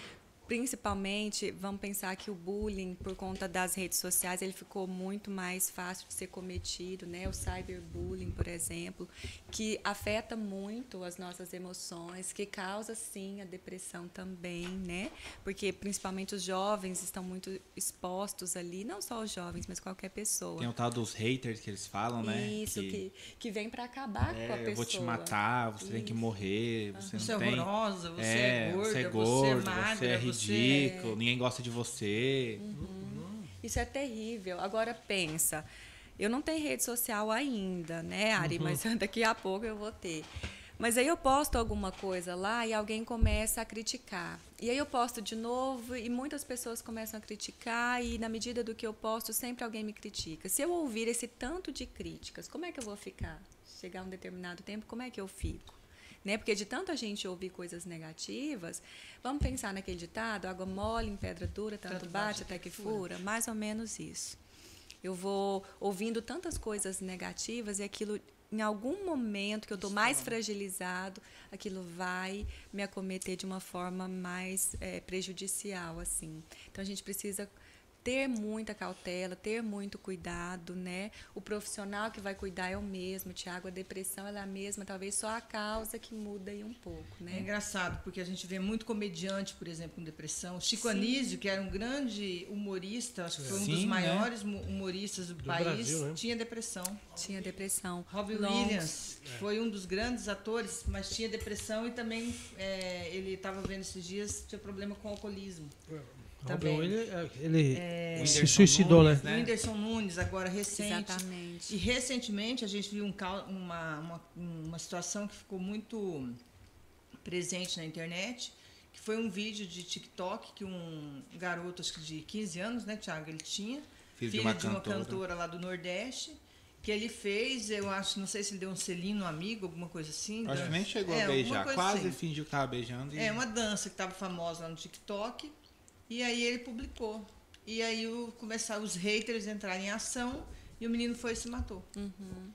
Principalmente, vamos pensar que o bullying, por conta das redes sociais, ele ficou muito mais fácil de ser cometido, né? O cyberbullying, por exemplo, que afeta muito as nossas emoções, que causa, sim, a depressão também, né? Porque, principalmente, os jovens estão muito expostos ali, não só os jovens, mas qualquer pessoa. Tem o tal dos haters que eles falam, né? Isso, que, que, que vem para acabar é, com a pessoa. Eu vou te matar, você Isso. tem que morrer, você, você não é tem... horrorosa, você é, é gorda, você é, gordo, você é, magra, você é ridículo, você... ninguém gosta de você. Uhum. Isso é terrível. Agora, pensa, eu não tenho rede social ainda, né, Ari? Uhum. Mas daqui a pouco eu vou ter. Mas aí eu posto alguma coisa lá e alguém começa a criticar. E aí eu posto de novo e muitas pessoas começam a criticar e, na medida do que eu posto, sempre alguém me critica. Se eu ouvir esse tanto de críticas, como é que eu vou ficar? Chegar um determinado tempo, como é que eu fico? Né? Porque de tanta gente ouvir coisas negativas, vamos pensar naquele ditado, água mole em pedra dura, tanto, tanto bate até que fura. fura. Mais ou menos isso. Eu vou ouvindo tantas coisas negativas e aquilo... Em algum momento que eu estou mais fragilizado, aquilo vai me acometer de uma forma mais é, prejudicial, assim. Então, a gente precisa ter muita cautela, ter muito cuidado, né? O profissional que vai cuidar é o mesmo, Tiago, a depressão ela é a mesma, talvez só a causa que muda aí um pouco, né? É engraçado, porque a gente vê muito comediante, por exemplo, com depressão. Chico Sim. Anísio, que era um grande humorista, acho que foi um Sim, dos maiores né? humoristas do, do país, Brasil, né? tinha depressão. Tinha depressão. Robin Longos. Williams, que é. foi um dos grandes atores, mas tinha depressão e também, é, ele estava vendo esses dias, tinha problema com alcoolismo. É. Também. Ele, ele é, se suicidou, Nunes, né? O Whindersson Nunes, agora recente. Exatamente. E recentemente a gente viu um, uma, uma, uma situação que ficou muito presente na internet, que foi um vídeo de TikTok que um garoto, acho que de quinze anos, né, Thiago? Ele tinha, filho, filho de, uma, de uma cantora. cantora lá do Nordeste, que ele fez, eu acho, não sei se ele deu um selinho no amigo, alguma coisa assim. Acho que nem chegou é, a beijar, quase assim. Fingiu que estava beijando. E... É, uma dança que estava famosa lá no TikTok. E aí ele publicou. E aí o, começaram os haters entrarem em ação e o menino foi e se matou. Uhum.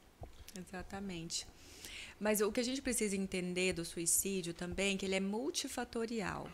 Exatamente. Mas o que a gente precisa entender do suicídio também é que ele é multifatorial.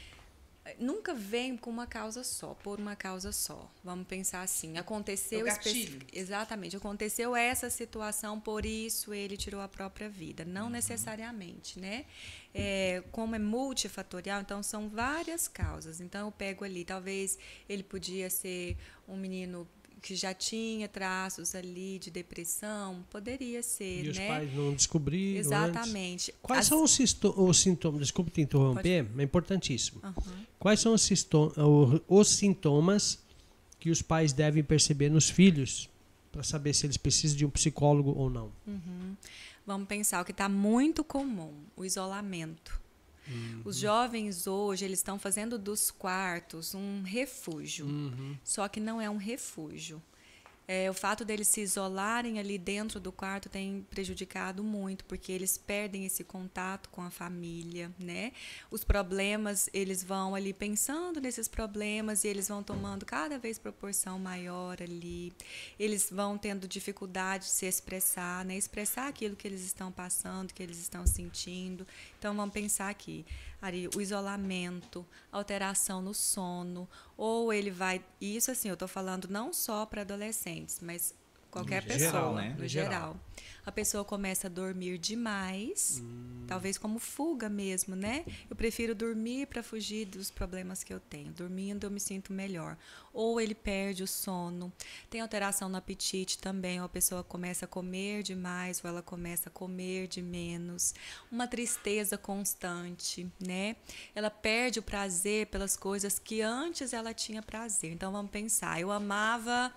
Nunca vem com uma causa só, por uma causa só. Vamos pensar assim, aconteceu... Especi... Exatamente, aconteceu essa situação, por isso ele tirou a própria vida. Não uhum. necessariamente, né? É, como é multifatorial, então são várias causas. Então eu pego ali, talvez ele podia ser um menino que já tinha traços ali de depressão, poderia ser, e os né? pais não descobriram. Exatamente. Antes. Quais As... são os, os sintomas? Desculpe te interromper, Pode... é importantíssimo. Uhum. Quais são os, os sintomas que os pais devem perceber nos filhos para saber se eles precisam de um psicólogo ou não? Uhum. Vamos pensar o que está muito comum, o isolamento. Uhum. Os jovens hoje, eles estão fazendo dos quartos um refúgio, uhum. só que não é um refúgio. É, o fato deles se isolarem ali dentro do quarto tem prejudicado muito, porque eles perdem esse contato com a família, né? Os problemas, eles vão ali pensando nesses problemas e eles vão tomando cada vez proporção maior ali. Eles vão tendo dificuldade de se expressar, né? Expressar aquilo que eles estão passando, que eles estão sentindo. Então, vamos pensar aqui, Ari, o isolamento, alteração no sono, ou ele vai... E isso, assim, eu estou falando não só para adolescentes, mas qualquer no pessoa, geral, né? no geral. geral. A pessoa começa a dormir demais, hum. talvez como fuga mesmo, né? Eu prefiro dormir para fugir dos problemas que eu tenho. Dormindo eu me sinto melhor. Ou ele perde o sono. Tem alteração no apetite também, ou a pessoa começa a comer demais, ou ela começa a comer de menos. Uma tristeza constante, né? Ela perde o prazer pelas coisas que antes ela tinha prazer. Então, vamos pensar. Eu amava...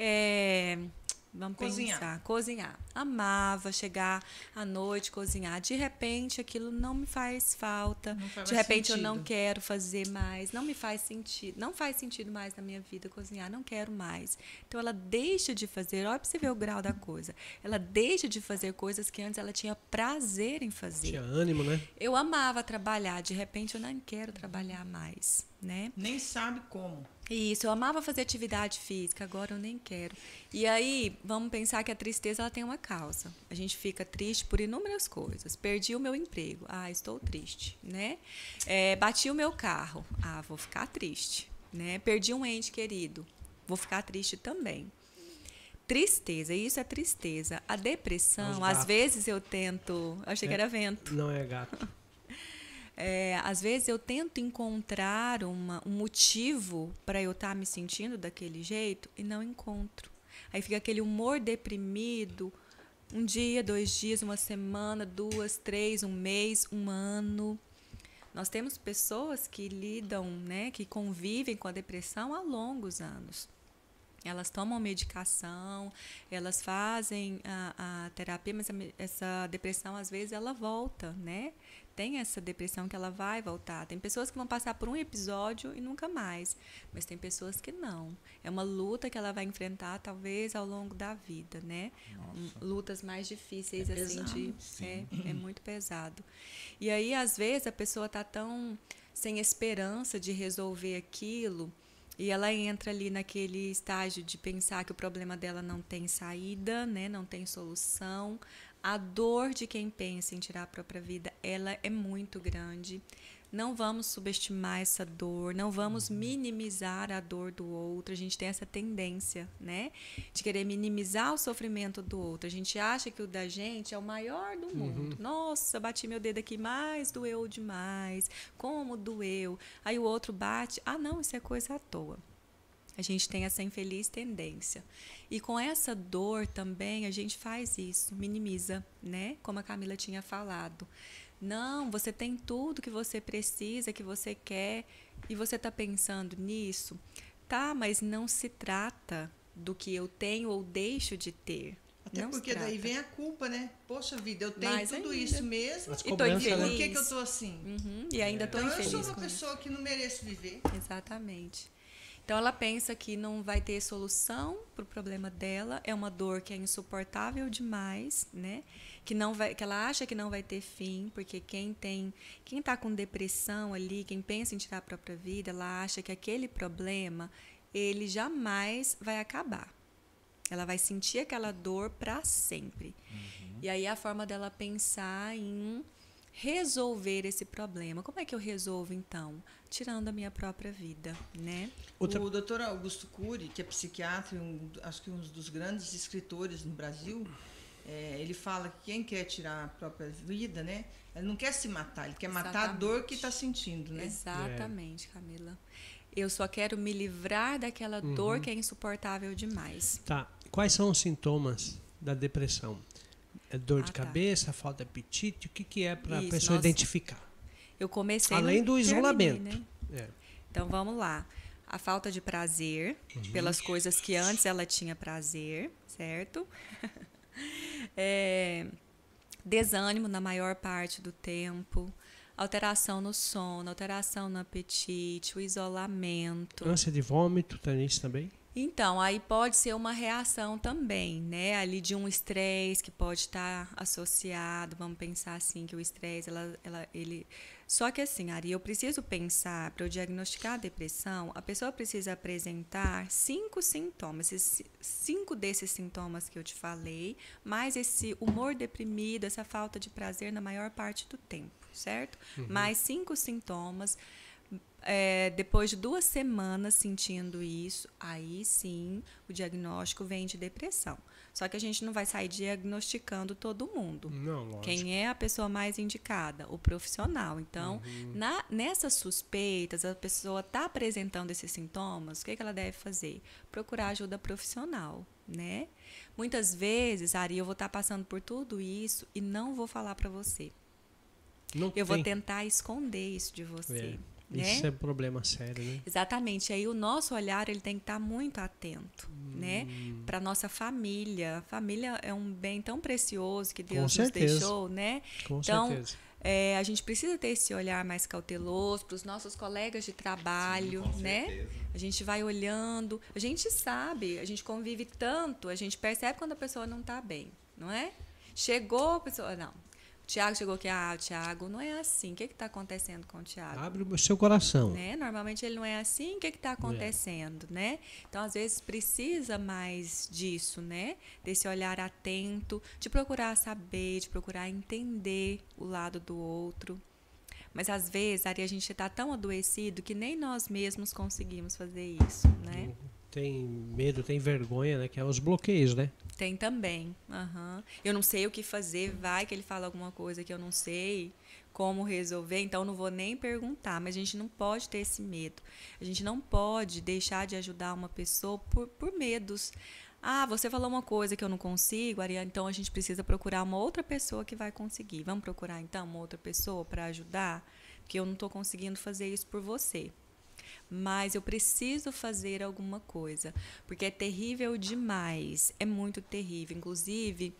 É, Vamos cozinhar. pensar, cozinhar. Amava chegar à noite, cozinhar. De repente, aquilo não me faz falta. Faz de repente, sentido. eu não quero fazer mais. Não me faz sentido. Não faz sentido mais na minha vida cozinhar. Não quero mais. Então, ela deixa de fazer. Olha para você ver o grau da coisa. Ela deixa de fazer coisas que antes ela tinha prazer em fazer. Tinha ânimo, né? Eu amava trabalhar. De repente, eu não quero trabalhar mais, né? Nem sabe como. Isso, eu amava fazer atividade física, agora eu nem quero. E aí, vamos pensar que a tristeza ela tem uma causa. A gente fica triste por inúmeras coisas. Perdi o meu emprego. Ah, estou triste, né? É, bati o meu carro. Ah, vou ficar triste, né? Perdi um ente querido. Vou ficar triste também. Tristeza, isso é tristeza. A depressão, às vezes eu tento... Eu achei é, que era vento. Não é gato. É, às vezes eu tento encontrar uma, um motivo para eu estar me sentindo daquele jeito e não encontro. Aí fica aquele humor deprimido, um dia, dois dias, uma semana, duas, três, um mês, um ano. Nós temos pessoas que lidam, né, que convivem com a depressão há longos anos. Elas tomam medicação, elas fazem a, a terapia, mas a, essa depressão, às vezes, ela volta, né? Tem essa depressão que ela vai voltar. Tem pessoas que vão passar por um episódio e nunca mais, mas tem pessoas que não. É uma luta que ela vai enfrentar, talvez, ao longo da vida, né? Nossa. Lutas mais difíceis, é assim, pesado, de, é, é muito pesado. E aí, às vezes, a pessoa está tão sem esperança de resolver aquilo, e ela entra ali naquele estágio de pensar que o problema dela não tem saída, né? Não tem solução. A dor de quem pensa em tirar a própria vida, ela é muito grande. Não vamos subestimar essa dor, não vamos minimizar a dor do outro. A gente tem essa tendência, né? De querer minimizar o sofrimento do outro. A gente acha que o da gente é o maior do mundo. Uhum. Nossa, bati meu dedo aqui, mas doeu demais. Como doeu? Aí o outro bate, ah, não, isso é coisa à toa. A gente tem essa infeliz tendência. E com essa dor também, a gente faz isso, minimiza, né? Como a Camila tinha falado. Não, você tem tudo que você precisa, que você quer, e você está pensando nisso. Tá, mas não se trata do que eu tenho ou deixo de ter. Até não porque daí vem a culpa, né? Poxa vida, eu tenho mais tudo ainda. Isso mesmo, e tô infeliz. Por que, que eu tô assim? Uhum, e ainda estou então, infeliz. Eu sou uma com pessoa isso. que não mereço viver. Exatamente. Então, ela pensa que não vai ter solução para o problema dela, é uma dor que é insuportável demais, né? Que, não vai, que ela acha que não vai ter fim, porque quem tem, quem está com depressão ali, quem pensa em tirar a própria vida, ela acha que aquele problema, ele jamais vai acabar. Ela vai sentir aquela dor para sempre. Uhum. E aí a forma dela pensar em resolver esse problema. Como é que eu resolvo, então? Tirando a minha própria vida, né? Outra... O doutor Augusto Cury, que é psiquiatra e um, acho que um dos grandes escritores no Brasil, é, ele fala que quem quer tirar a própria vida, né? Ele não quer se matar, ele quer Exatamente. matar a dor que está sentindo, né? Exatamente, é. Camila. Eu só quero me livrar daquela uhum. dor que é insuportável demais. Tá. Quais são os sintomas da depressão? É dor ah, de cabeça, tá. falta de apetite? O que, que é para a pessoa nossa. identificar? Eu comecei Além do isolamento. Terminei, né? é. Então, vamos lá. A falta de prazer, uhum. pelas coisas que antes ela tinha prazer, certo? é, desânimo na maior parte do tempo. Alteração no sono, alteração no apetite, o isolamento. Ânsia de vômito, tem isso também? Então, aí pode ser uma reação também, né? Ali de um estresse que pode estar associado. Vamos pensar assim, que o estresse, ela, ela, ele... Só que assim, Ari, eu preciso pensar, para eu diagnosticar a depressão, a pessoa precisa apresentar cinco sintomas. Esses, cinco desses sintomas que eu te falei, mais esse humor deprimido, essa falta de prazer na maior parte do tempo, certo? Uhum. Mais cinco sintomas. É, depois de duas semanas sentindo isso, aí sim o diagnóstico vem de depressão. Só que a gente não vai sair diagnosticando todo mundo. Não, lógico. Quem é a pessoa mais indicada? O profissional. Então, uhum. na, nessas suspeitas, a pessoa está apresentando esses sintomas, o que, que ela deve fazer? Procurar ajuda profissional, né? Muitas vezes, Ari, eu vou estar tá passando por tudo isso e não vou falar para você. Não eu tem. vou tentar esconder isso de você. É. Isso né? é um problema sério, né? Exatamente. Aí o nosso olhar ele tem que estar muito atento, hum. né? Para nossa família. A família é um bem tão precioso que Deus nos deixou, né? Com então, certeza. É, a gente precisa ter esse olhar mais cauteloso para os nossos colegas de trabalho, Sim, com né? certeza. A gente vai olhando, a gente sabe, a gente convive tanto, a gente percebe quando a pessoa não está bem, não é? Chegou a pessoa, não. Tiago chegou aqui, ah, Tiago, não é assim. O que está acontecendo com o Tiago? Abre o seu coração. Né? Normalmente ele não é assim, o que está acontecendo, é. né? Então, às vezes, precisa mais disso, né? Desse olhar atento, de procurar saber, de procurar entender o lado do outro. Mas, às vezes, Ari, a gente está tão adoecido que nem nós mesmos conseguimos fazer isso, né? Tem medo, tem vergonha, né? Que é os bloqueios, né? Tem também. Uhum. Eu não sei o que fazer, vai que ele fala alguma coisa que eu não sei como resolver, então eu não vou nem perguntar. Mas a gente não pode ter esse medo. A gente não pode deixar de ajudar uma pessoa por, por medos. Ah, você falou uma coisa que eu não consigo, Ariane, então a gente precisa procurar uma outra pessoa que vai conseguir. Vamos procurar, então, uma outra pessoa para ajudar? Porque eu não estou conseguindo fazer isso por você. Mas eu preciso fazer alguma coisa, porque é terrível demais, é muito terrível. Inclusive,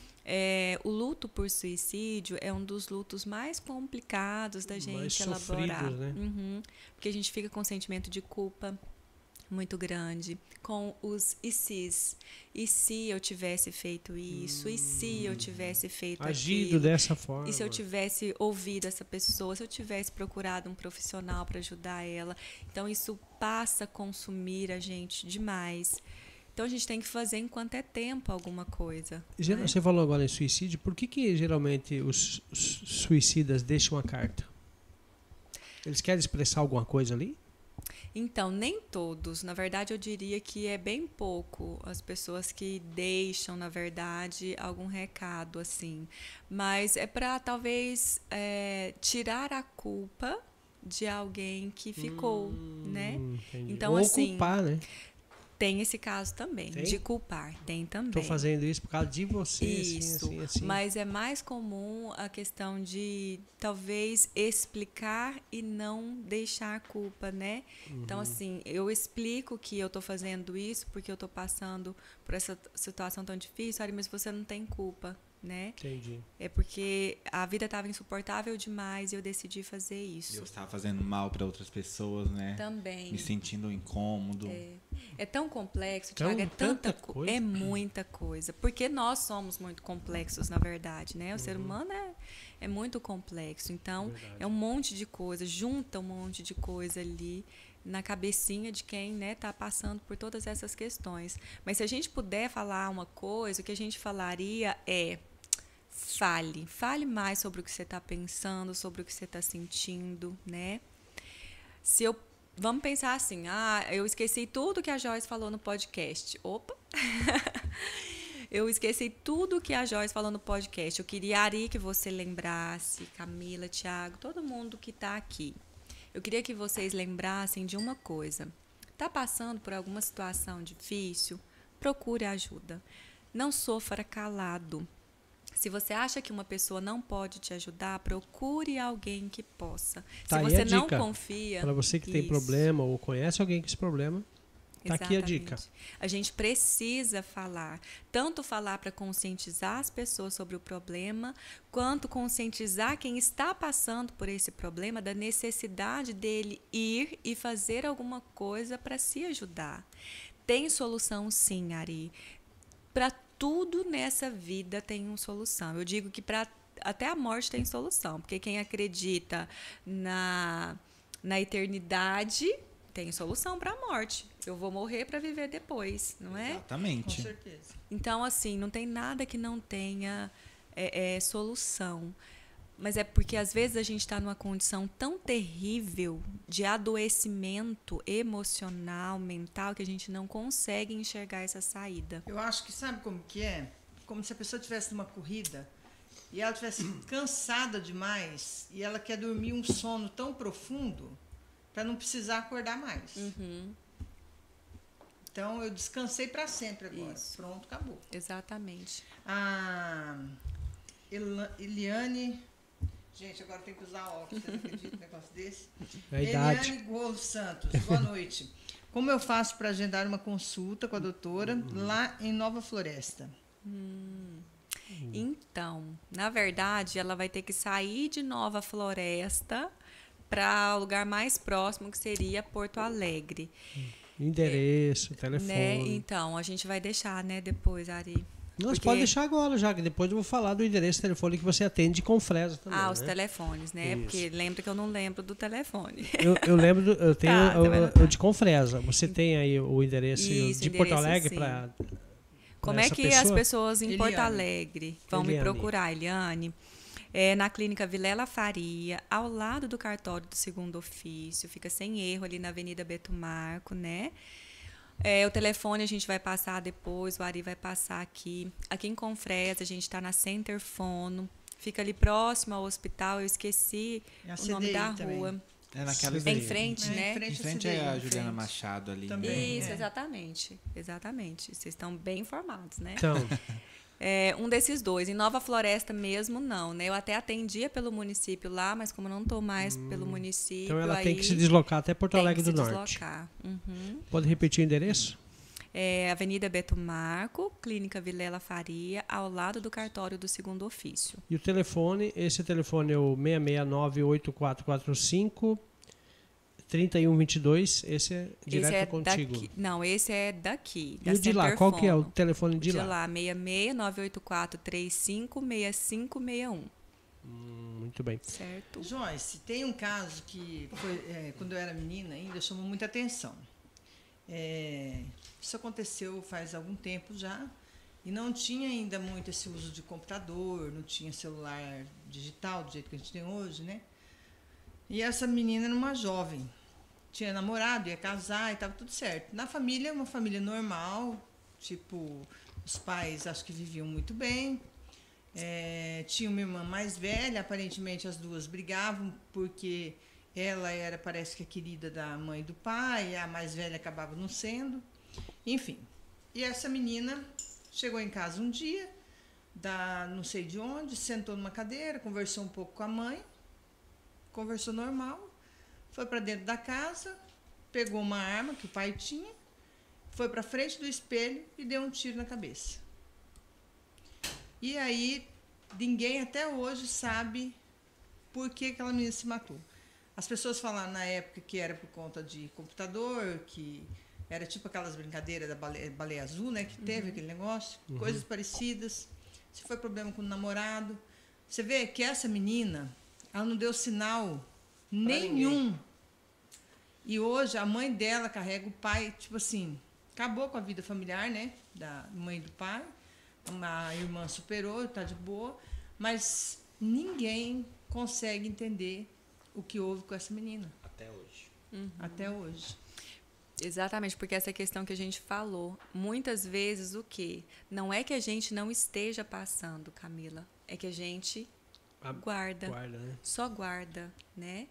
é, o luto por suicídio é um dos lutos mais complicados da gente mais elaborar. Sofridos, né? Uhum, porque a gente fica com um sentimento de culpa muito grande, com os e se's. E se eu tivesse feito isso? Hum, e se eu tivesse feito agido aquilo? Dessa forma. E se eu tivesse ouvido essa pessoa? Se eu tivesse procurado um profissional para ajudar ela? Então, isso passa a consumir a gente demais. Então, a gente tem que fazer enquanto é tempo alguma coisa. Né? Você falou agora em suicídio. Por que, que geralmente os suicidas deixam a carta? Eles querem expressar alguma coisa ali? Então, nem todos. Na verdade, eu diria que é bem pouco as pessoas que deixam, na verdade, algum recado, assim. Mas é para, talvez, é, tirar a culpa de alguém que ficou, hum, né? Entendi. Então, Ou assim, culpar, né? Tem esse caso também, tem? de culpar. Tem também. Estou fazendo isso por causa de você, isso, assim, assim, assim. Mas é mais comum a questão de, talvez, explicar e não deixar culpa, né? Uhum. Então, assim, eu explico que eu estou fazendo isso porque eu estou passando por essa situação tão difícil, mas você não tem culpa, né? Entendi. É porque a vida estava insuportável demais e eu decidi fazer isso. Eu estava fazendo mal para outras pessoas, né? Também. Me sentindo incômodo. É, é tão complexo, tão, Thiago, é tanta, tanta coisa. É muita coisa. Porque nós somos muito complexos, na verdade, né? O uhum. ser humano é, é muito complexo. Então, verdade. é um monte de coisa, junta um monte de coisa ali na cabecinha de quem, né, tá passando por todas essas questões. Mas se a gente puder falar uma coisa, o que a gente falaria é: fale, fale mais sobre o que você está pensando, sobre o que você está sentindo, né? Se eu, vamos pensar assim, ah, eu esqueci tudo que a Joyce falou no podcast. Opa! Eu esqueci tudo que a Joyce falou no podcast. Eu queria, Ari, que você lembrasse, Camila, Thiago, todo mundo que está aqui. Eu queria que vocês lembrassem de uma coisa. Está passando por alguma situação difícil? Procure ajuda. Não sofra calado. Se você acha que uma pessoa não pode te ajudar, procure alguém que possa. Tá, se você a não dica, confia... para você que isso. tem problema ou conhece alguém com esse problema, tá aqui a dica. A gente precisa falar. Tanto falar para conscientizar as pessoas sobre o problema, quanto conscientizar quem está passando por esse problema da necessidade dele ir e fazer alguma coisa para se ajudar. Tem solução sim, Ari. Para tudo nessa vida tem uma solução. Eu digo que para até a morte tem solução, porque quem acredita na, na eternidade tem solução para a morte. Eu vou morrer para viver depois, não é? Exatamente. Com certeza. Então, assim, não tem nada que não tenha é, é, solução. Mas é porque, às vezes, a gente está numa condição tão terrível de adoecimento emocional, mental, que a gente não consegue enxergar essa saída. Eu acho que, sabe como que é? Como se a pessoa estivesse numa corrida e ela estivesse cansada demais e ela quer dormir um sono tão profundo para não precisar acordar mais. Uhum. Então, eu descansei para sempre agora. Isso. Pronto, acabou. Exatamente. A Eliane... Gente, agora tem que usar óculos, você não acredita um negócio desse? É a idade. Eliane Golo Santos, boa noite. Como eu faço para agendar uma consulta com a doutora uhum. lá em Nova Floresta? Hum. Uhum. Então, na verdade, ela vai ter que sair de Nova Floresta para o lugar mais próximo, que seria Porto Alegre. Endereço, é, telefone. Né? Então, a gente vai deixar, né, depois, Ari, Nós Porque- pode deixar agora, já que depois eu vou falar do endereço telefone que você atende de Confresa também. Ah, os né? telefones, né? Isso. Porque lembra que eu não lembro do telefone. Eu, eu lembro, do, eu tenho Tá, o- você vai o, anotar. de Confresa. Você tem aí o endereço Isso, de Porto endereço, Alegre sim. para. Como é essa que pessoa? as pessoas em Porto Eliane. Alegre vão me Eliane. procurar, Eliane? É na Clínica Vilela Faria, ao lado do cartório do segundo ofício, fica sem erro ali na Avenida Beto Marco, né? É, o telefone a gente vai passar depois, o Ari vai passar aqui. Aqui em Confresa, a gente está na Center Fono, fica ali próximo ao hospital, eu esqueci É a o nome C D I da também. rua. É naquela Isso É daí. em frente, É, né? em frente Em frente à C D I, é a em Juliana frente. Machado ali. Também. Isso, É. exatamente. Exatamente. Vocês estão bem informados, né? Então, É, um desses dois. Em Nova Floresta mesmo, não, né? Eu até atendia pelo município lá, mas como eu não estou mais pelo município, então ela aí tem que se deslocar até Porto tem Alegre que do se Norte. deslocar. Uhum. Pode repetir o endereço? É Avenida Beto Marco, Clínica Vilela Faria, ao lado do cartório do segundo ofício. E o telefone, esse telefone é o seis seis nove, oito quatro quatro cinco, três um dois dois. Esse é direto esse é contigo. daqui. Não, esse é daqui. E Da o de lá, Center qual que é o Fono. telefone de, De lá? lá, seis seis nove oito quatro três cinco seis cinco seis um. Hum, muito bem. Certo? Joyce, tem um caso que foi, é, quando eu era menina ainda chamou muita atenção. É, isso aconteceu faz algum tempo já e não tinha ainda muito esse uso de computador, não tinha celular digital do jeito que a gente tem hoje, né? E essa menina era uma jovem, tinha namorado, ia casar e estava tudo certo. Na família, uma família normal, tipo, os pais acho que viviam muito bem. É, tinha uma irmã mais velha, aparentemente as duas brigavam porque ela era, parece que a querida da mãe e do pai, a mais velha acabava não sendo. Enfim, e essa menina chegou em casa um dia, da não sei de onde, sentou numa cadeira, conversou um pouco com a mãe, conversou normal, foi para dentro da casa, pegou uma arma que o pai tinha, foi para frente do espelho e deu um tiro na cabeça. E aí, ninguém até hoje sabe por que aquela menina se matou. As pessoas falaram na época que era por conta de computador, que era tipo aquelas brincadeiras da baleia, baleia azul, né? Que teve aquele negócio, Uhum. coisas parecidas. Se foi problema com o namorado. Você vê que essa menina, ela não deu sinal nenhum. E hoje a mãe dela carrega o pai, tipo assim, acabou com a vida familiar, né? Da mãe e do pai. A irmã superou, está de boa, mas ninguém consegue entender o que houve com essa menina Até hoje. até hoje. Exatamente, porque essa questão que a gente falou, muitas vezes o quê? Não é que a gente não esteja passando, Camila, é que a gente A- guarda, Guarda, né? só guarda, né?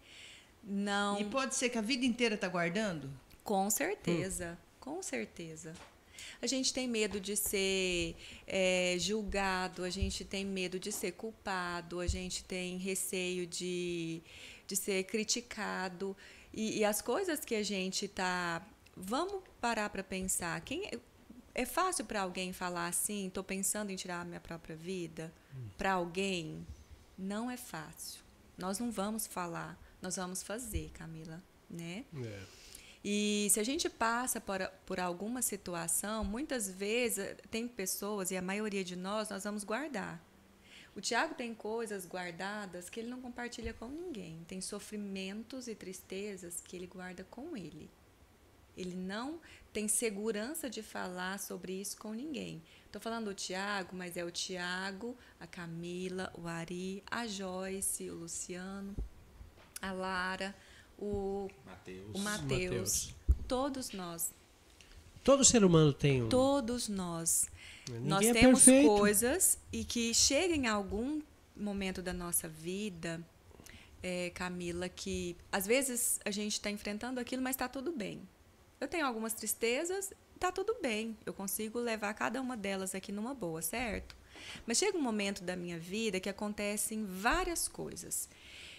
Não, E pode ser que a vida inteira está guardando? com certeza, com certeza. A gente tem medo de ser é, julgado, a gente tem medo de ser culpado, a gente tem receio de, de ser criticado. E, e as coisas que a gente está... Vamos parar para pensar. Quem é, é fácil para alguém falar assim, estou pensando em tirar a minha própria vida? Para alguém, não é fácil. Nós não vamos falar, nós vamos fazer, Camila, né? É. E se a gente passa por, por alguma situação, muitas vezes tem pessoas, e a maioria de nós, nós vamos guardar. O Tiago tem coisas guardadas que ele não compartilha com ninguém. Tem sofrimentos e tristezas que ele guarda com ele. Ele não tem segurança de falar sobre isso com ninguém. Estou falando do Tiago, mas é o Tiago, a Camila, o Ari, a Joyce, o Luciano, a Lara, o Matheus. o Matheus, Mateus. todos nós, Todo ser humano tem um. todos nós, Ninguém nós é temos perfeito. coisas e que chega em algum momento da nossa vida, é, Camila, que às vezes a gente está enfrentando aquilo, mas está tudo bem. Eu tenho algumas tristezas, está tudo bem. Eu consigo levar cada uma delas aqui numa boa, certo? Mas chega um momento da minha vida que acontecem várias coisas.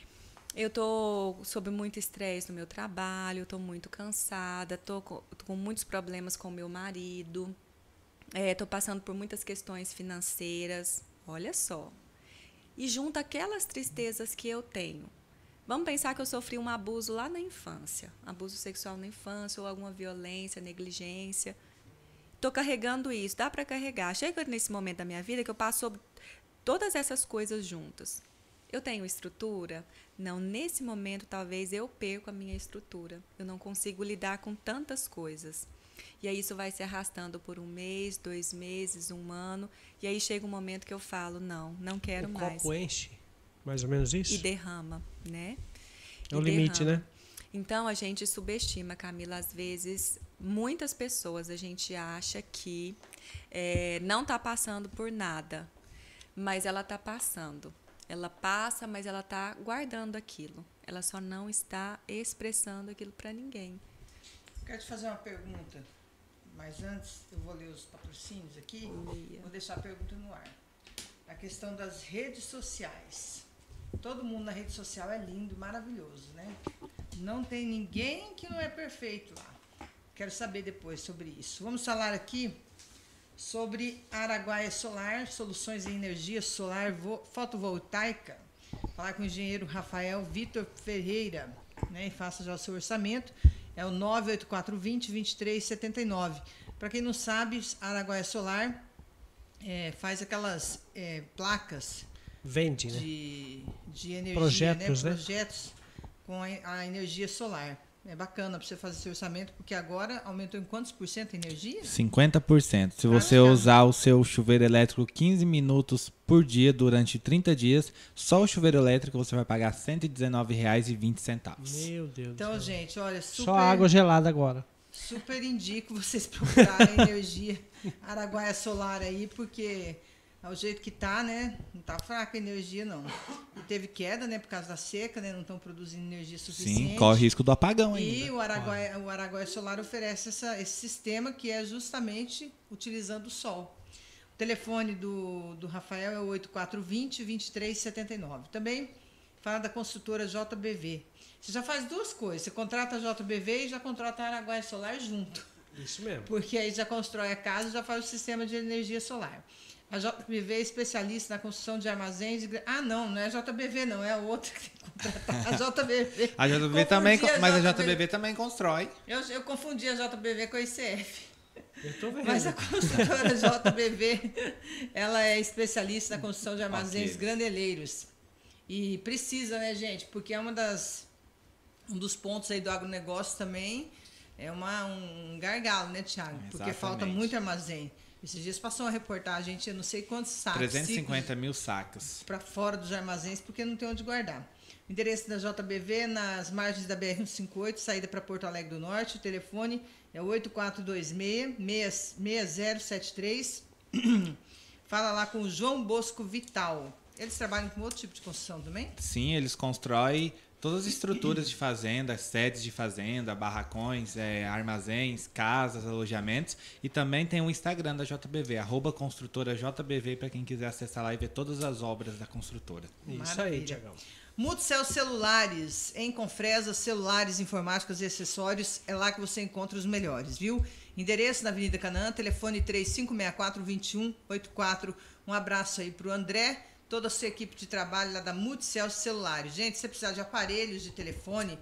Eu estou sob muito estresse no meu trabalho, estou muito cansada, estou com, tô com muitos problemas com o meu marido, estou passando por muitas questões financeiras, olha só. E junto aquelas tristezas que eu tenho. Vamos pensar que eu sofri um abuso lá na infância, abuso sexual na infância ou alguma violência, negligência. tô carregando isso, dá para carregar. Chega nesse momento da minha vida que eu passo sobre todas essas coisas juntas. Eu tenho estrutura? Não, nesse momento talvez eu perco a minha estrutura. Eu não consigo lidar com tantas coisas. E aí isso vai se arrastando por um mês, dois meses, um ano. E aí chega um momento que eu falo, não, não quero o mais. O copo enche, mais ou menos isso? E derrama, né? É o e limite, derrama. né? Então, a gente subestima, Camila, às vezes, muitas pessoas, a gente acha que é, não está passando por nada, mas ela está passando. Ela passa, mas ela está guardando aquilo. Ela só não está expressando aquilo para ninguém. Quero te fazer uma pergunta, mas antes eu vou ler os patrocínios aqui. Leia. Vou deixar a pergunta no ar. A questão das redes sociais. Todo mundo na rede social é lindo, maravilhoso, né? Não tem ninguém que não é perfeito lá. Quero saber depois sobre isso. Vamos falar aqui sobre Araguaia Solar, soluções em energia solar fotovoltaica. Falar com o engenheiro Rafael Vitor Ferreira, né? E faça já o seu orçamento. É o nove oito quatro dois zero, dois três sete nove. Para quem não sabe, Araguaia Solar é, faz aquelas é, placas Vende, né? de, de energia, Projetos, né? né? Projetos com a, a energia solar. É bacana para você fazer seu orçamento, porque agora aumentou em quantos por cento a energia? cinquenta por cento. Se você Caramba. usar o seu chuveiro elétrico quinze minutos por dia durante trinta dias, só o chuveiro elétrico você vai pagar cento e dezenove reais e vinte centavos. Meu Deus Então, do céu. gente, olha, super, Só água gelada agora. super indico vocês procurarem energia Araguaia Solar aí, porque é o jeito que tá, né? Não tá fraca a energia, não. E teve queda, né? Por causa da seca, né? Não estão produzindo energia suficiente. Sim, corre risco do apagão ainda. E o Araguaia, o Araguaia Solar oferece essa, esse sistema que é justamente utilizando o sol. O telefone do, do Rafael é o oito quatro dois zero, dois três sete nove. Também fala da construtora J B V. Você já faz duas coisas. Você contrata a J B V e já contrata a Araguaia Solar junto. Isso mesmo. Porque aí já constrói a casa e já faz o sistema de energia solar. A J B V é especialista na construção de armazéns. De... Ah, não, não é a J B V, não, é a outra que tem que contratar. A J B V. A J B V também, mas a J B V também constrói. Eu, eu confundi a J B V com a I C F. Eu tô vendo. Mas a construtora J B V, ela é especialista na construção de armazéns Ok. graneleiros. E precisa, né, gente? Porque é uma das, um dos pontos aí do agronegócio também, é uma, um gargalo, né, Thiago? Porque Exatamente. falta muito armazém. Esses dias passou uma reportagem, eu não sei quantos sacos. trezentos e cinquenta mil sacos. Para fora dos armazéns, porque não tem onde guardar. O endereço da J B V nas margens da B R cento e cinquenta e oito, saída para Porto Alegre do Norte. O telefone é oito quatro dois seis, seis zero sete três. Fala lá com o João Bosco Vital. Eles trabalham com outro tipo de construção também? Sim, eles constroem todas as estruturas de fazenda, sedes de fazenda, barracões, é, armazéns, casas, alojamentos. E também tem o Instagram da J B V, arroba construtora J B V, para quem quiser acessar lá e ver todas as obras da construtora. Isso Maravilha. aí, Tiagão. Multicel Celulares, em Confresa, celulares, informáticos e acessórios, é lá que você encontra os melhores, viu? Endereço na Avenida Canaã, telefone três cinco seis quatro, dois um oito quatro. Um abraço aí pro André, toda a sua equipe de trabalho lá da Multicel Celulares. Gente, se você precisar de aparelhos de telefone,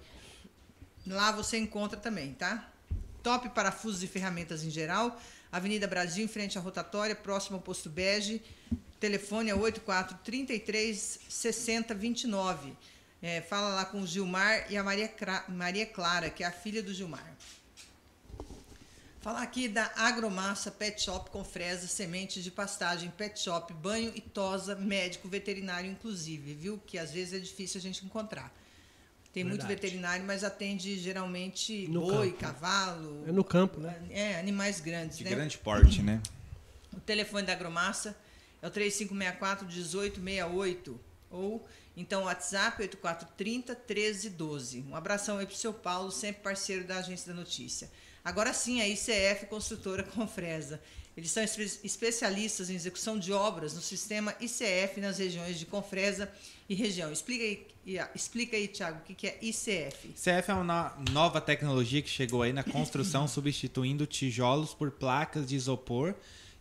lá você encontra também, tá? Top parafusos e ferramentas em geral, Avenida Brasil, em frente à rotatória, próximo ao posto Bege. Telefone é oito quatro três três seis zero dois nove. É, fala lá com o Gilmar e a Maria, Cra- Maria Clara, que é a filha do Gilmar. Falar aqui da Agromassa Pet Shop com fresa, sementes de pastagem, pet shop, banho e tosa, médico, veterinário inclusive, viu? Que às vezes é difícil a gente encontrar. Tem muito Verdade. veterinário, mas atende geralmente No boi, campo. cavalo. É no campo, né? É, animais grandes, De né? grande porte, né? O telefone da Agromassa é o três cinco seis quatro, um oito seis oito ou então o WhatsApp oito quatro três zero, um três um dois. Um abração aí pro seu Paulo, sempre parceiro da Agência da Notícia. Agora sim, a I C F Construtora Confresa. Eles são espe- especialistas em execução de obras no sistema I C F nas regiões de Confresa e região. Explica aí, Ia- explica aí, Thiago, o que que é I C F. C F é uma no- nova tecnologia que chegou aí na construção, substituindo tijolos por placas de isopor,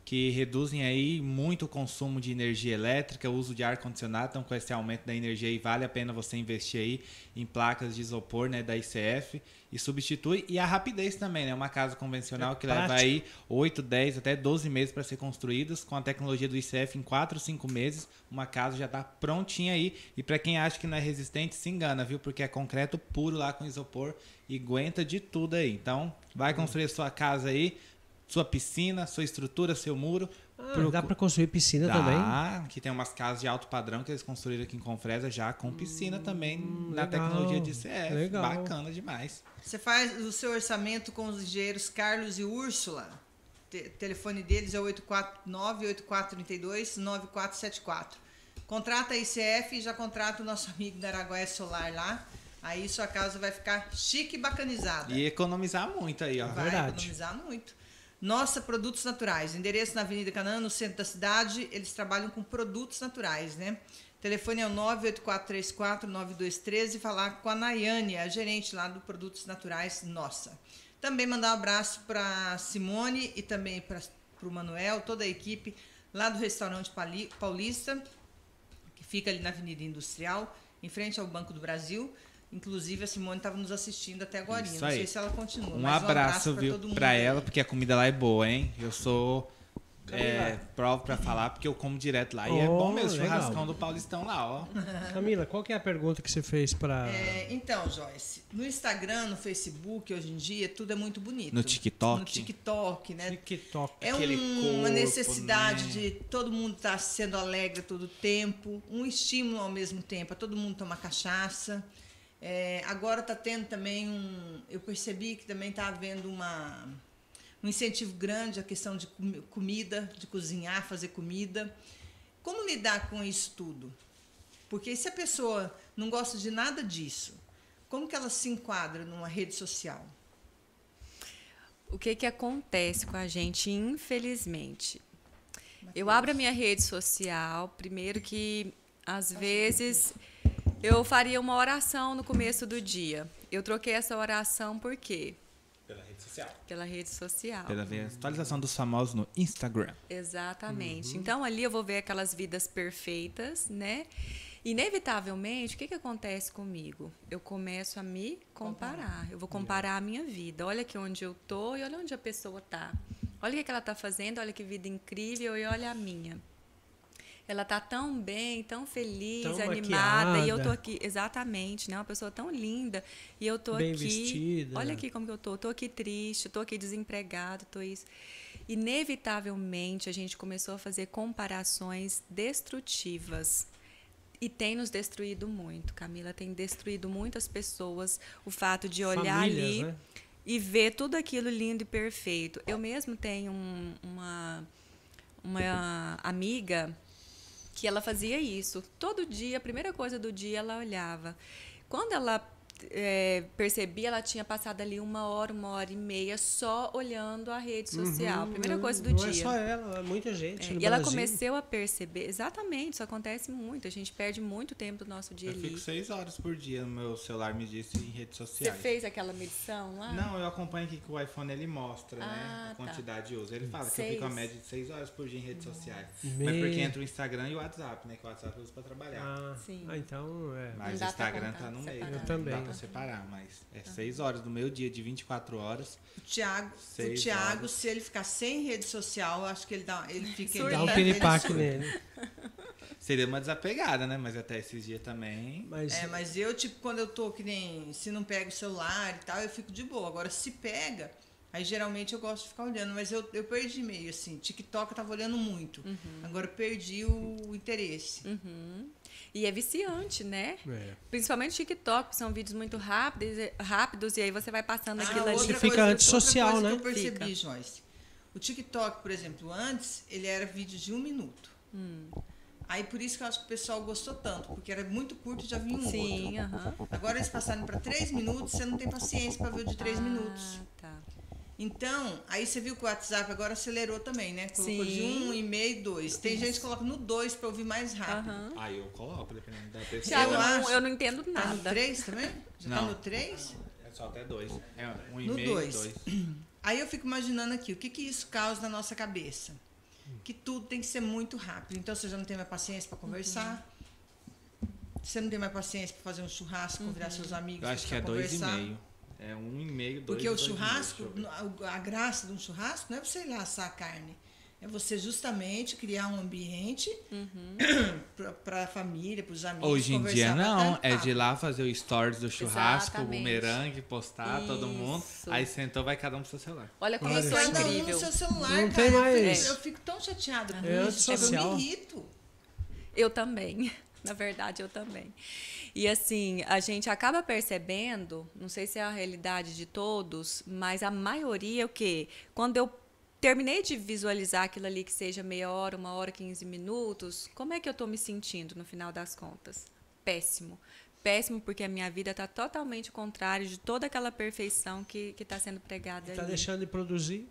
que reduzem aí muito o consumo de energia elétrica, o uso de ar-condicionado. Então, com esse aumento da energia aí, vale a pena você investir aí em placas de isopor, né, da I C F, e substitui. E a rapidez também, né? Uma casa convencional É que prático. leva aí oito, dez, até doze meses para ser construídas, com a tecnologia do I C F, em quatro, cinco meses, uma casa já está prontinha aí. E para quem acha que não é resistente, se engana, viu? Porque é concreto puro lá com isopor e aguenta de tudo aí. Então, vai construir a sua casa aí, sua piscina, sua estrutura, seu muro. Ah, Procu- dá para construir piscina Dá, também? que tem umas casas de alto padrão que eles construíram aqui em Confresa já com piscina também na legal, tecnologia de I C F. legal. Bacana demais. Você faz o seu orçamento com os engenheiros Carlos e Úrsula. O telefone deles é oito quatro nove, oito quatro três dois, nove quatro sete quatro. Contrata a I C F e já contrata o nosso amigo da Araguaia Solar lá. Aí sua casa vai ficar chique e bacanizada. E economizar muito aí, ó. Vai Verdade. economizar muito. Nossa Produtos Naturais, endereço na Avenida Canaã, no centro da cidade. Eles trabalham com produtos naturais, né? O telefone é o nove oito quatro três quatro, nove dois um três e falar com a Nayane, a gerente lá do Produtos Naturais Nossa. Também mandar um abraço para Simone e também para o Manuel, toda a equipe lá do Restaurante Pali- Paulista, que fica ali na Avenida Industrial, em frente ao Banco do Brasil. Inclusive, a Simone estava nos assistindo até agora. Isso Não aí. sei se ela continua. Um mas abraço, pra viu, todo mundo pra aí. ela, porque a comida lá é boa, hein? Eu sou é, prova pra falar, porque eu como direto lá. E é Oh, bom mesmo, legal. churrascão do Paulistão lá, ó. Camila, qual que é a pergunta que você fez para... É, então, Joyce, no Instagram, no Facebook, hoje em dia, tudo é muito bonito. No TikTok. No TikTok, né? TikTok? É Aquele um- corpo, uma necessidade né? de todo mundo estar sendo alegre todo o tempo, um estímulo ao mesmo tempo, a todo mundo tomar cachaça. É, agora está tendo também um... Eu percebi que também está havendo uma, um incentivo grande à questão de comi- comida, de cozinhar, fazer comida. Como lidar com isso tudo? Porque se a pessoa não gosta de nada disso, como que ela se enquadra numa rede social? O que que acontece com a gente, infelizmente? Eu abro a minha rede social, primeiro que, às vezes, eu faria uma oração no começo do dia. Eu troquei essa oração por quê? Pela rede social. Pela rede social. Pela ver a atualização dos famosos no Instagram. Exatamente. Então, ali eu vou ver aquelas vidas perfeitas, né? Inevitavelmente, o que, que acontece comigo? Eu começo a me comparar. Eu vou comparar a minha vida. Olha aqui onde eu tô e olha onde a pessoa tá. Olha o que, que ela tá fazendo, olha que vida incrível e olha a minha. Ela tá tão bem, tão feliz, Tão animada, e eu maquiada. tô aqui, exatamente, né? Uma pessoa tão linda, e eu tô Bem aqui. vestida. Olha aqui como que eu tô, tô aqui triste, tô aqui desempregado, tô isso. Inevitavelmente a gente começou a fazer comparações destrutivas. E tem nos destruído muito, Camila, tem destruído muitas pessoas o fato de olhar Famílias, ali né? e ver tudo aquilo lindo e perfeito. Eu mesmo tenho um- uma, uma amiga que ela fazia isso. Todo dia, a primeira coisa do dia, ela olhava. Quando ela é, percebia, ela tinha passado ali uma hora, uma hora e meia só olhando a rede social. Uhum, Primeira não- coisa do não dia. é só ela, é muita gente É, no e ela Brasil. começou a perceber, exatamente, isso acontece muito, a gente perde muito tempo do nosso dia Eu ali. fico seis horas por dia no meu celular, me disse, em redes Você sociais. fez aquela medição lá? Não, eu acompanho aqui que o iPhone ele mostra, Ah, né? A tá. quantidade de uso. Ele fala que Seis. eu fico a média de seis horas por dia em redes sociais. Me- Mas porque entra o Instagram e o WhatsApp, né? Que o WhatsApp eu uso pra trabalhar. Ah, Sim. ah, então é. Mas Não o dá pra Instagram contar, tá no meio. separar. Eu Não também. dá pra separar, mas é seis horas do meu dia de vinte e quatro horas. O Tiago, o Seis Tiago, horas. se ele ficar sem rede social, eu acho que ele dá, ele fica Surta. Dá um ele- piripaque ele surta. nele. Seria uma desapegada, né? Mas até esses dias também. Mas, É, mas eu, tipo, quando eu tô que nem. Se não pega o celular e tal, eu fico de boa. Agora, se pega, aí geralmente eu gosto de ficar olhando. Mas eu, eu perdi meio, assim. TikTok eu tava olhando muito. Agora eu perdi o interesse. Uhum. E é viciante, né? é. Principalmente TikTok, são vídeos muito rápidos, rápidos e aí você vai passando aquilo Ah, ali. Você outra fica coisa- antissocial, outra né? coisa que eu percebi, Fica. Joyce. O TikTok, por exemplo, antes, ele era vídeo de um minuto. Hum. Aí por isso que eu acho que o pessoal gostou tanto, porque era muito curto e já vinha um Sim, outro. aham. Agora eles passaram para três minutos, você não tem paciência para ver o de três minutos. Ah, tá. Então, aí você viu que o WhatsApp agora acelerou também, né? Colocou de Sim. um e meio, dois. Tem gente que coloca no dois para ouvir mais rápido. Aham. Aí eu coloco, dependendo da pessoa. Tiago, eu, Eu não, acho- eu não entendo Tá no nada. três também? Já tá Não. no três? É só até dois. É um e No meio, dois. dois. Aí eu fico imaginando aqui, o que, que isso causa na nossa cabeça? que tudo tem que ser muito rápido. Então, você já não tem mais paciência para conversar. Uhum. Você não tem mais paciência para fazer um churrasco, convidar uhum. seus amigos Eu acho que é dois e meio. É um e meio, dois. Porque o churrasco, a graça de um churrasco não é você ir lá assar a carne. É você justamente criar um ambiente uhum. para a família, para os amigos. Hoje em dia não, é de ir lá fazer o stories do churrasco, Exatamente. o bumerangue, postar Isso. todo mundo. Aí sentou, vai cada um pro seu celular. Olha como Olha, isso é cada incrível. um no seu celular, não cara. Tem mais. Eu, eu fico tão chateada com é isso. Social. Eu me irrito. Eu também. Na verdade, eu também. E assim, a gente acaba percebendo, não sei se é a realidade de todos, mas a maioria, o quê? Quando eu terminei de visualizar aquilo ali que seja meia hora, uma hora, quinze minutos, como é que eu estou me sentindo no final das contas? Péssimo. Péssimo porque a minha vida está totalmente contrária de toda aquela perfeição que está sendo pregada ali. Está deixando de produzir.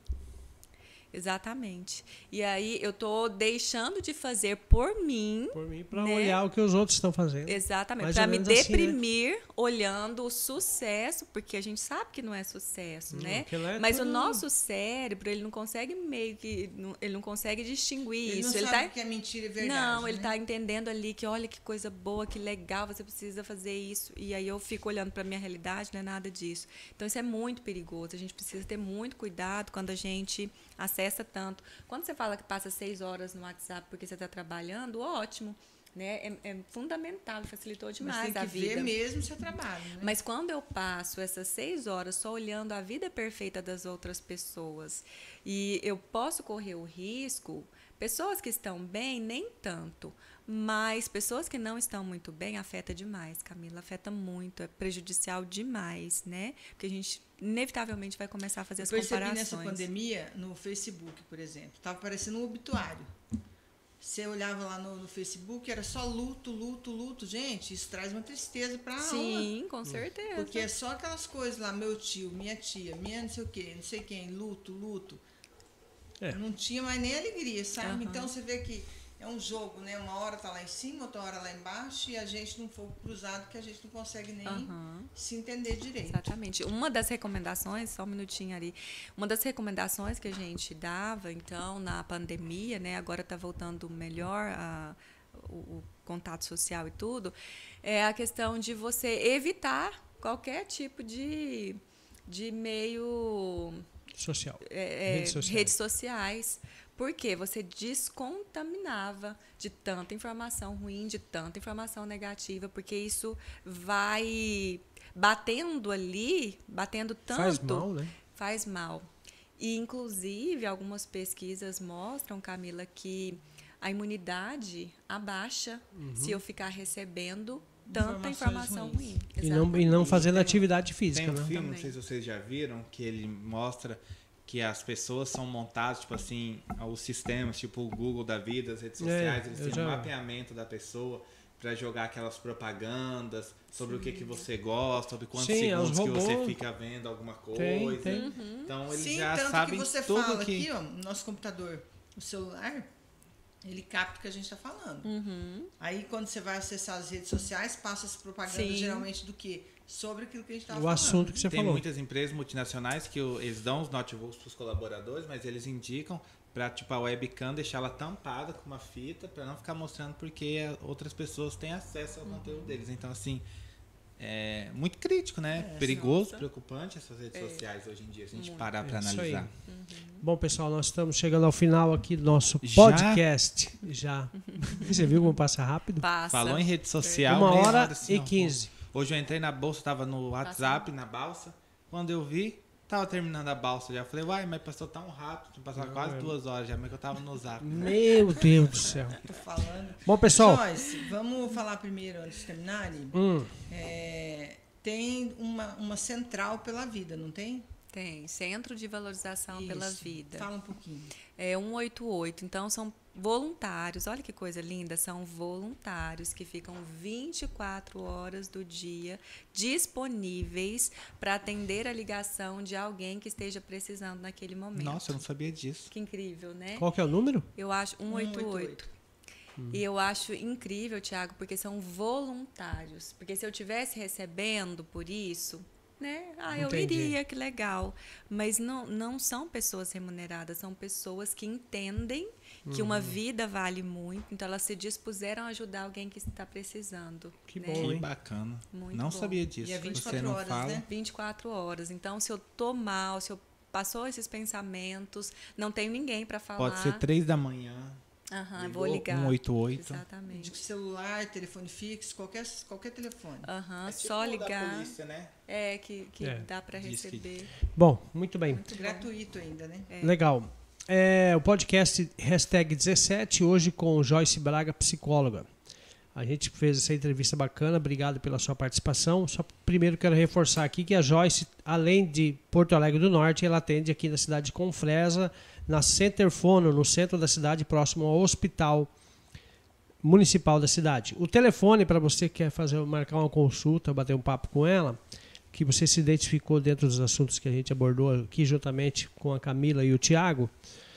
Exatamente. E aí eu tô deixando de fazer por mim. Por mim, para né? olhar o que os outros estão fazendo. Exatamente. Para me deprimir assim, né? olhando o sucesso, porque a gente sabe que não é sucesso, não, né? É Mas tudo... o nosso cérebro, ele não consegue meio que. Ele não consegue distinguir ele isso. Não ele sabe tá... que é mentira e verdade. Não, né? ele está entendendo ali que olha que coisa boa, que legal, você precisa fazer isso. E aí eu fico olhando para a minha realidade, não é nada disso. Então isso é muito perigoso. A gente precisa ter muito cuidado quando a gente acessa tanto. Quando você fala que passa seis horas no WhatsApp porque você está trabalhando, ótimo. Né? É, é fundamental, facilitou demais a vida. Mas tem que ver mesmo seu trabalho. Né? Mas quando eu passo essas seis horas só olhando a vida perfeita das outras pessoas e eu posso correr o risco, pessoas que estão bem, nem tanto, mas pessoas que não estão muito bem afeta demais, Camila, afeta muito, é prejudicial demais, né? Porque a gente inevitavelmente vai começar a fazer as comparações. Eu percebi nessa pandemia, no Facebook, por exemplo, estava parecendo um obituário. Você olhava lá no, no Facebook, era só luto, luto, luto. Gente, isso traz uma tristeza para a alma. Sim, com certeza. Porque é só aquelas coisas lá, meu tio, minha tia, minha não sei o quê, não sei quem, luto, luto. É. Não tinha mais nem alegria, sabe? Uhum. Então você vê que é um jogo, né? Uma hora tá lá em cima, outra hora lá embaixo, e a gente não for cruzado que a gente não consegue nem uhum. se entender direito. Exatamente. Uma das recomendações, só um minutinho ali, uma das recomendações que a gente dava, então, na pandemia, né? Agora está voltando melhor a, o, o contato social e tudo, é a questão de você evitar qualquer tipo de, de meio... Social. É, redes sociais. Redes sociais. Porque você descontaminava de tanta informação ruim, de tanta informação negativa, porque isso vai batendo ali, batendo tanto. Faz mal, né? Faz mal. E, inclusive, algumas pesquisas mostram, Camila, que a imunidade abaixa uhum. se eu ficar recebendo tanta informação ruim. E não, e não fazendo atividade física, né? Tem um né? filme, não sei se vocês já viram, que ele mostra que as pessoas são montadas, tipo assim, os sistemas, tipo o Google da vida, as redes sociais, é, eles têm já... um mapeamento da pessoa para jogar aquelas propagandas sobre Sim. o que, que você gosta, sobre quantos Sim, segundos que você fica vendo alguma coisa. Tem, tem. Uhum. Então eles Sim, já tanto sabem que você tudo fala que... aqui, ó, no nosso computador, o celular, ele capta o que a gente está falando. Uhum. Aí quando você vai acessar as redes sociais, passa as propagandas Sim. geralmente do quê? Sobre aquilo que a gente estava falando. O assunto que você Tem falou. Tem muitas empresas multinacionais que eles dão os notebooks para os colaboradores, mas eles indicam para tipo, a webcam deixar ela tampada com uma fita para não ficar mostrando porque outras pessoas têm acesso ao uhum. conteúdo deles. Então, assim, é muito crítico, né? É, Perigoso, nossa. preocupante essas redes é. sociais hoje em dia, se a gente muito. parar para é analisar. Uhum. Bom, pessoal, nós estamos chegando ao final aqui do nosso podcast. Já. Você viu como passa rápido? Passa. Falou em rede social. Uma hora assim, e quinze. Hoje eu entrei na bolsa, estava no WhatsApp, na balsa. Quando eu vi, tava terminando a balsa já. Falei, uai, mas passou tão rápido. Passaram quase é. duas horas já, mas que eu tava no Zap. Meu Deus do céu. Tô falando. Bom, pessoal. Joyce, vamos falar primeiro, antes de terminarem. Hum. É, tem uma, uma central pela vida, não tem? Tem. Centro de Valorização Isso. pela Vida. Fala um pouquinho. É cento e oitenta e oito. Então, são voluntários. Olha que coisa linda. São voluntários que ficam vinte e quatro horas do dia disponíveis para atender a ligação de alguém que esteja precisando naquele momento. Nossa, eu não sabia disso. Que incrível, né? Qual que é o número? Eu acho cento e oitenta e oito. Hum. E eu acho incrível, Tiago, porque são voluntários. Porque se eu estivesse recebendo por isso, né? Ah, eu Entendi. iria, que legal. Mas não, não são pessoas remuneradas, são pessoas que entendem que uma vida vale muito, então elas se dispuseram a ajudar alguém que está precisando. Que né? bom, Que hein? bacana. Muito não bom. sabia disso. E é Você vinte e quatro não horas, fala. né? vinte e quatro horas. Então, se eu tô mal, se eu passou esses pensamentos, não tenho ninguém para falar. Pode ser três da manhã. Aham, ligou, vou ligar. um oito oito. Exatamente. De celular, telefone fixo, qualquer, qualquer telefone. Aham, É tipo só o da ligar. polícia, né? É, que, que É. dá para Diz que- receber. Bom, muito bem. Muito bom. Gratuito ainda, né? É. Legal. É, o podcast hashtag dezessete, hoje com Joyce Braga, psicóloga. A gente fez essa entrevista bacana, obrigado pela sua participação. Só primeiro quero reforçar aqui que a Joyce, além de Porto Alegre do Norte, ela atende aqui na cidade de Confresa, na Center Fono, no centro da cidade, próximo ao Hospital Municipal da cidade. O telefone para você que quer fazer, marcar uma consulta, bater um papo com ela, que você se identificou dentro dos assuntos que a gente abordou aqui juntamente com a Camila e o Tiago,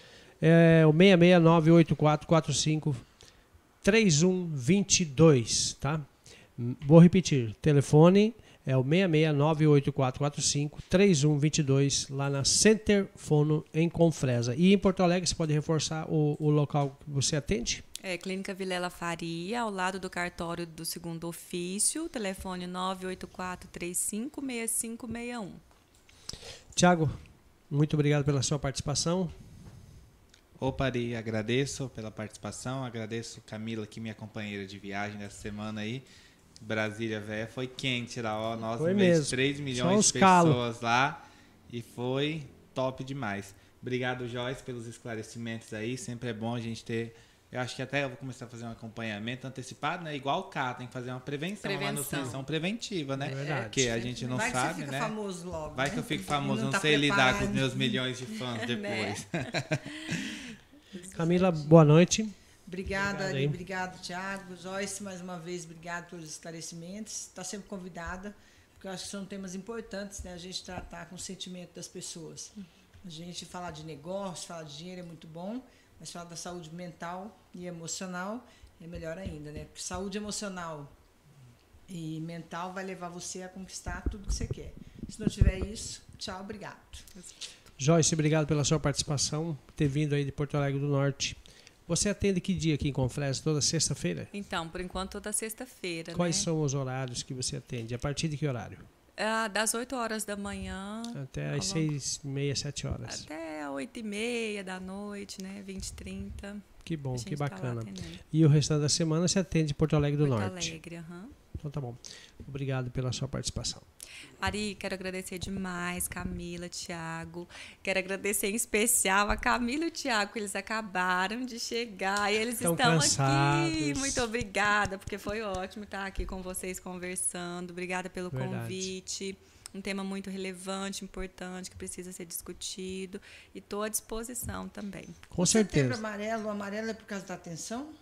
é o seis seis nove oito quatro quatro cinco três um dois dois, tá? Vou repetir, telefone é o seis seis nove oito quatro quatro cinco três um dois dois, lá na Center Fono, em Confresa. E em Porto Alegre, você pode reforçar o, o local que você atende? É, Clínica Vilela Faria, ao lado do cartório do segundo ofício, telefone nove oito quatro três cinco seis cinco seis um. Tiago, muito obrigado pela sua participação. Ô, Pari, agradeço pela participação, agradeço Camila, que minha companheira de viagem dessa semana aí. Brasília, velho, foi quente lá, ó, nós Foi no mês mesmo. três Só milhões os de calos. pessoas lá e foi top demais. Obrigado, Joyce, pelos esclarecimentos aí, sempre é bom a gente ter... Eu acho que até eu vou começar a fazer um acompanhamento antecipado, né? Igual o C A, tem que fazer uma prevenção, uma Prevenção. manutenção preventiva, né? É verdade. Porque a gente não Vai que sabe, você fica né? famoso logo. Vai né? que eu fico E famoso, não, tá sei lidar com os preparado. meus milhões de fãs Né? depois. Camila, boa noite. Obrigada, Obrigado, Ali, hein? obrigado, Tiago. Joyce, mais uma vez, obrigado pelos esclarecimentos. Está sempre convidada, porque eu acho que são temas importantes, né? A gente tratar com o sentimento das pessoas. A gente falar de negócio, falar de dinheiro é muito bom, mas falar da saúde mental e emocional é melhor ainda, né? Porque saúde emocional e mental vai levar você a conquistar tudo que você quer. Se não tiver isso, tchau, obrigado. Joyce, obrigado pela sua participação, por ter vindo aí de Porto Alegre do Norte. Você atende que dia aqui em Confresa? Toda sexta-feira? Então, por enquanto, toda sexta-feira, Quais né? são os horários que você atende? A partir de que horário? Ah, das oito horas da manhã Até às Tá bom. seis e meia, sete horas. até oito e meia da noite, né? vinte e trinta. Que bom, a gente que tá lá bacana. atendendo. E o restante da semana você atende em Porto Alegre do Porto Norte. Alegre, aham. Então tá bom. Obrigado pela sua participação. Ari, quero agradecer demais, Camila, Thiago. Quero agradecer em especial a Camila e o Thiago, que eles acabaram de chegar e eles Estão estão cansados. aqui. Muito obrigada, porque foi ótimo estar aqui com vocês conversando. Obrigada pelo Verdade. convite. Um tema muito relevante, importante, que precisa ser discutido. E estou à disposição também. Com O Setembro certeza. Amarelo, o amarelo é por causa da atenção?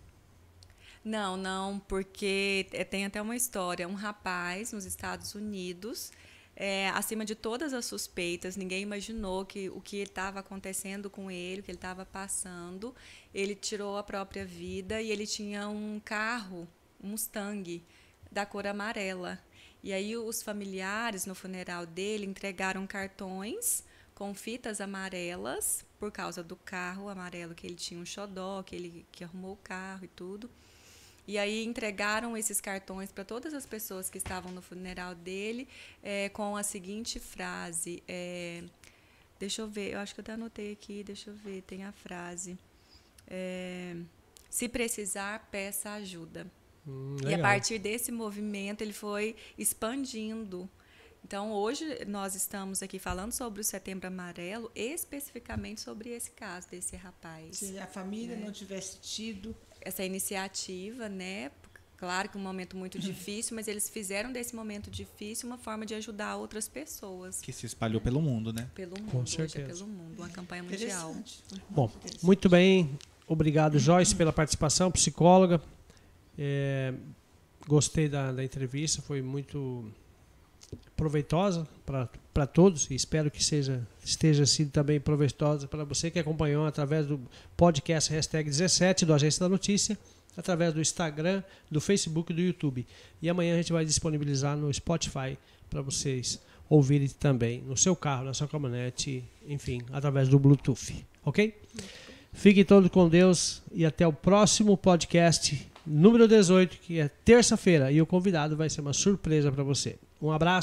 Não, não, porque é, tem até uma história. Um rapaz nos Estados Unidos, é, acima de todas as suspeitas, ninguém imaginou que o que estava acontecendo com ele, o que ele estava passando, ele tirou a própria vida e ele tinha um carro, um Mustang, da cor amarela. E aí os familiares, no funeral dele, entregaram cartões com fitas amarelas, por causa do carro amarelo, que ele tinha um xodó, que ele que arrumou o carro e tudo. E aí entregaram esses cartões para todas as pessoas que estavam no funeral dele, é, com a seguinte frase. É, deixa eu ver, eu acho que eu até anotei aqui, deixa eu ver, tem a frase. É, se precisar, peça ajuda. Hum, E a legal. partir desse movimento ele foi expandindo. Então, hoje nós estamos aqui falando sobre o Setembro Amarelo, especificamente sobre esse caso desse rapaz. Se a família não tivesse tido... Essa iniciativa, né? Claro que um momento muito difícil, mas eles fizeram desse momento difícil uma forma de ajudar outras pessoas Que se espalhou pelo mundo, né? pelo mundo, Com hoje é certeza. pelo mundo, uma campanha mundial. Interessante. Bom, muito bem. Obrigado, Joyce, pela participação, psicóloga. É, gostei da, da entrevista, foi muito proveitosa para todos e espero que seja, esteja sido também proveitosa para você que acompanhou através do podcast hashtag dezessete do Agência da Notícia, através do Instagram, do Facebook e do YouTube. E amanhã a gente vai disponibilizar no Spotify para vocês ouvirem também no seu carro, na sua caminhonete, enfim, através do Bluetooth, ok? Fiquem todos com Deus e até o próximo podcast número dezoito, que é terça-feira, e o convidado vai ser uma surpresa para você. Um abraço.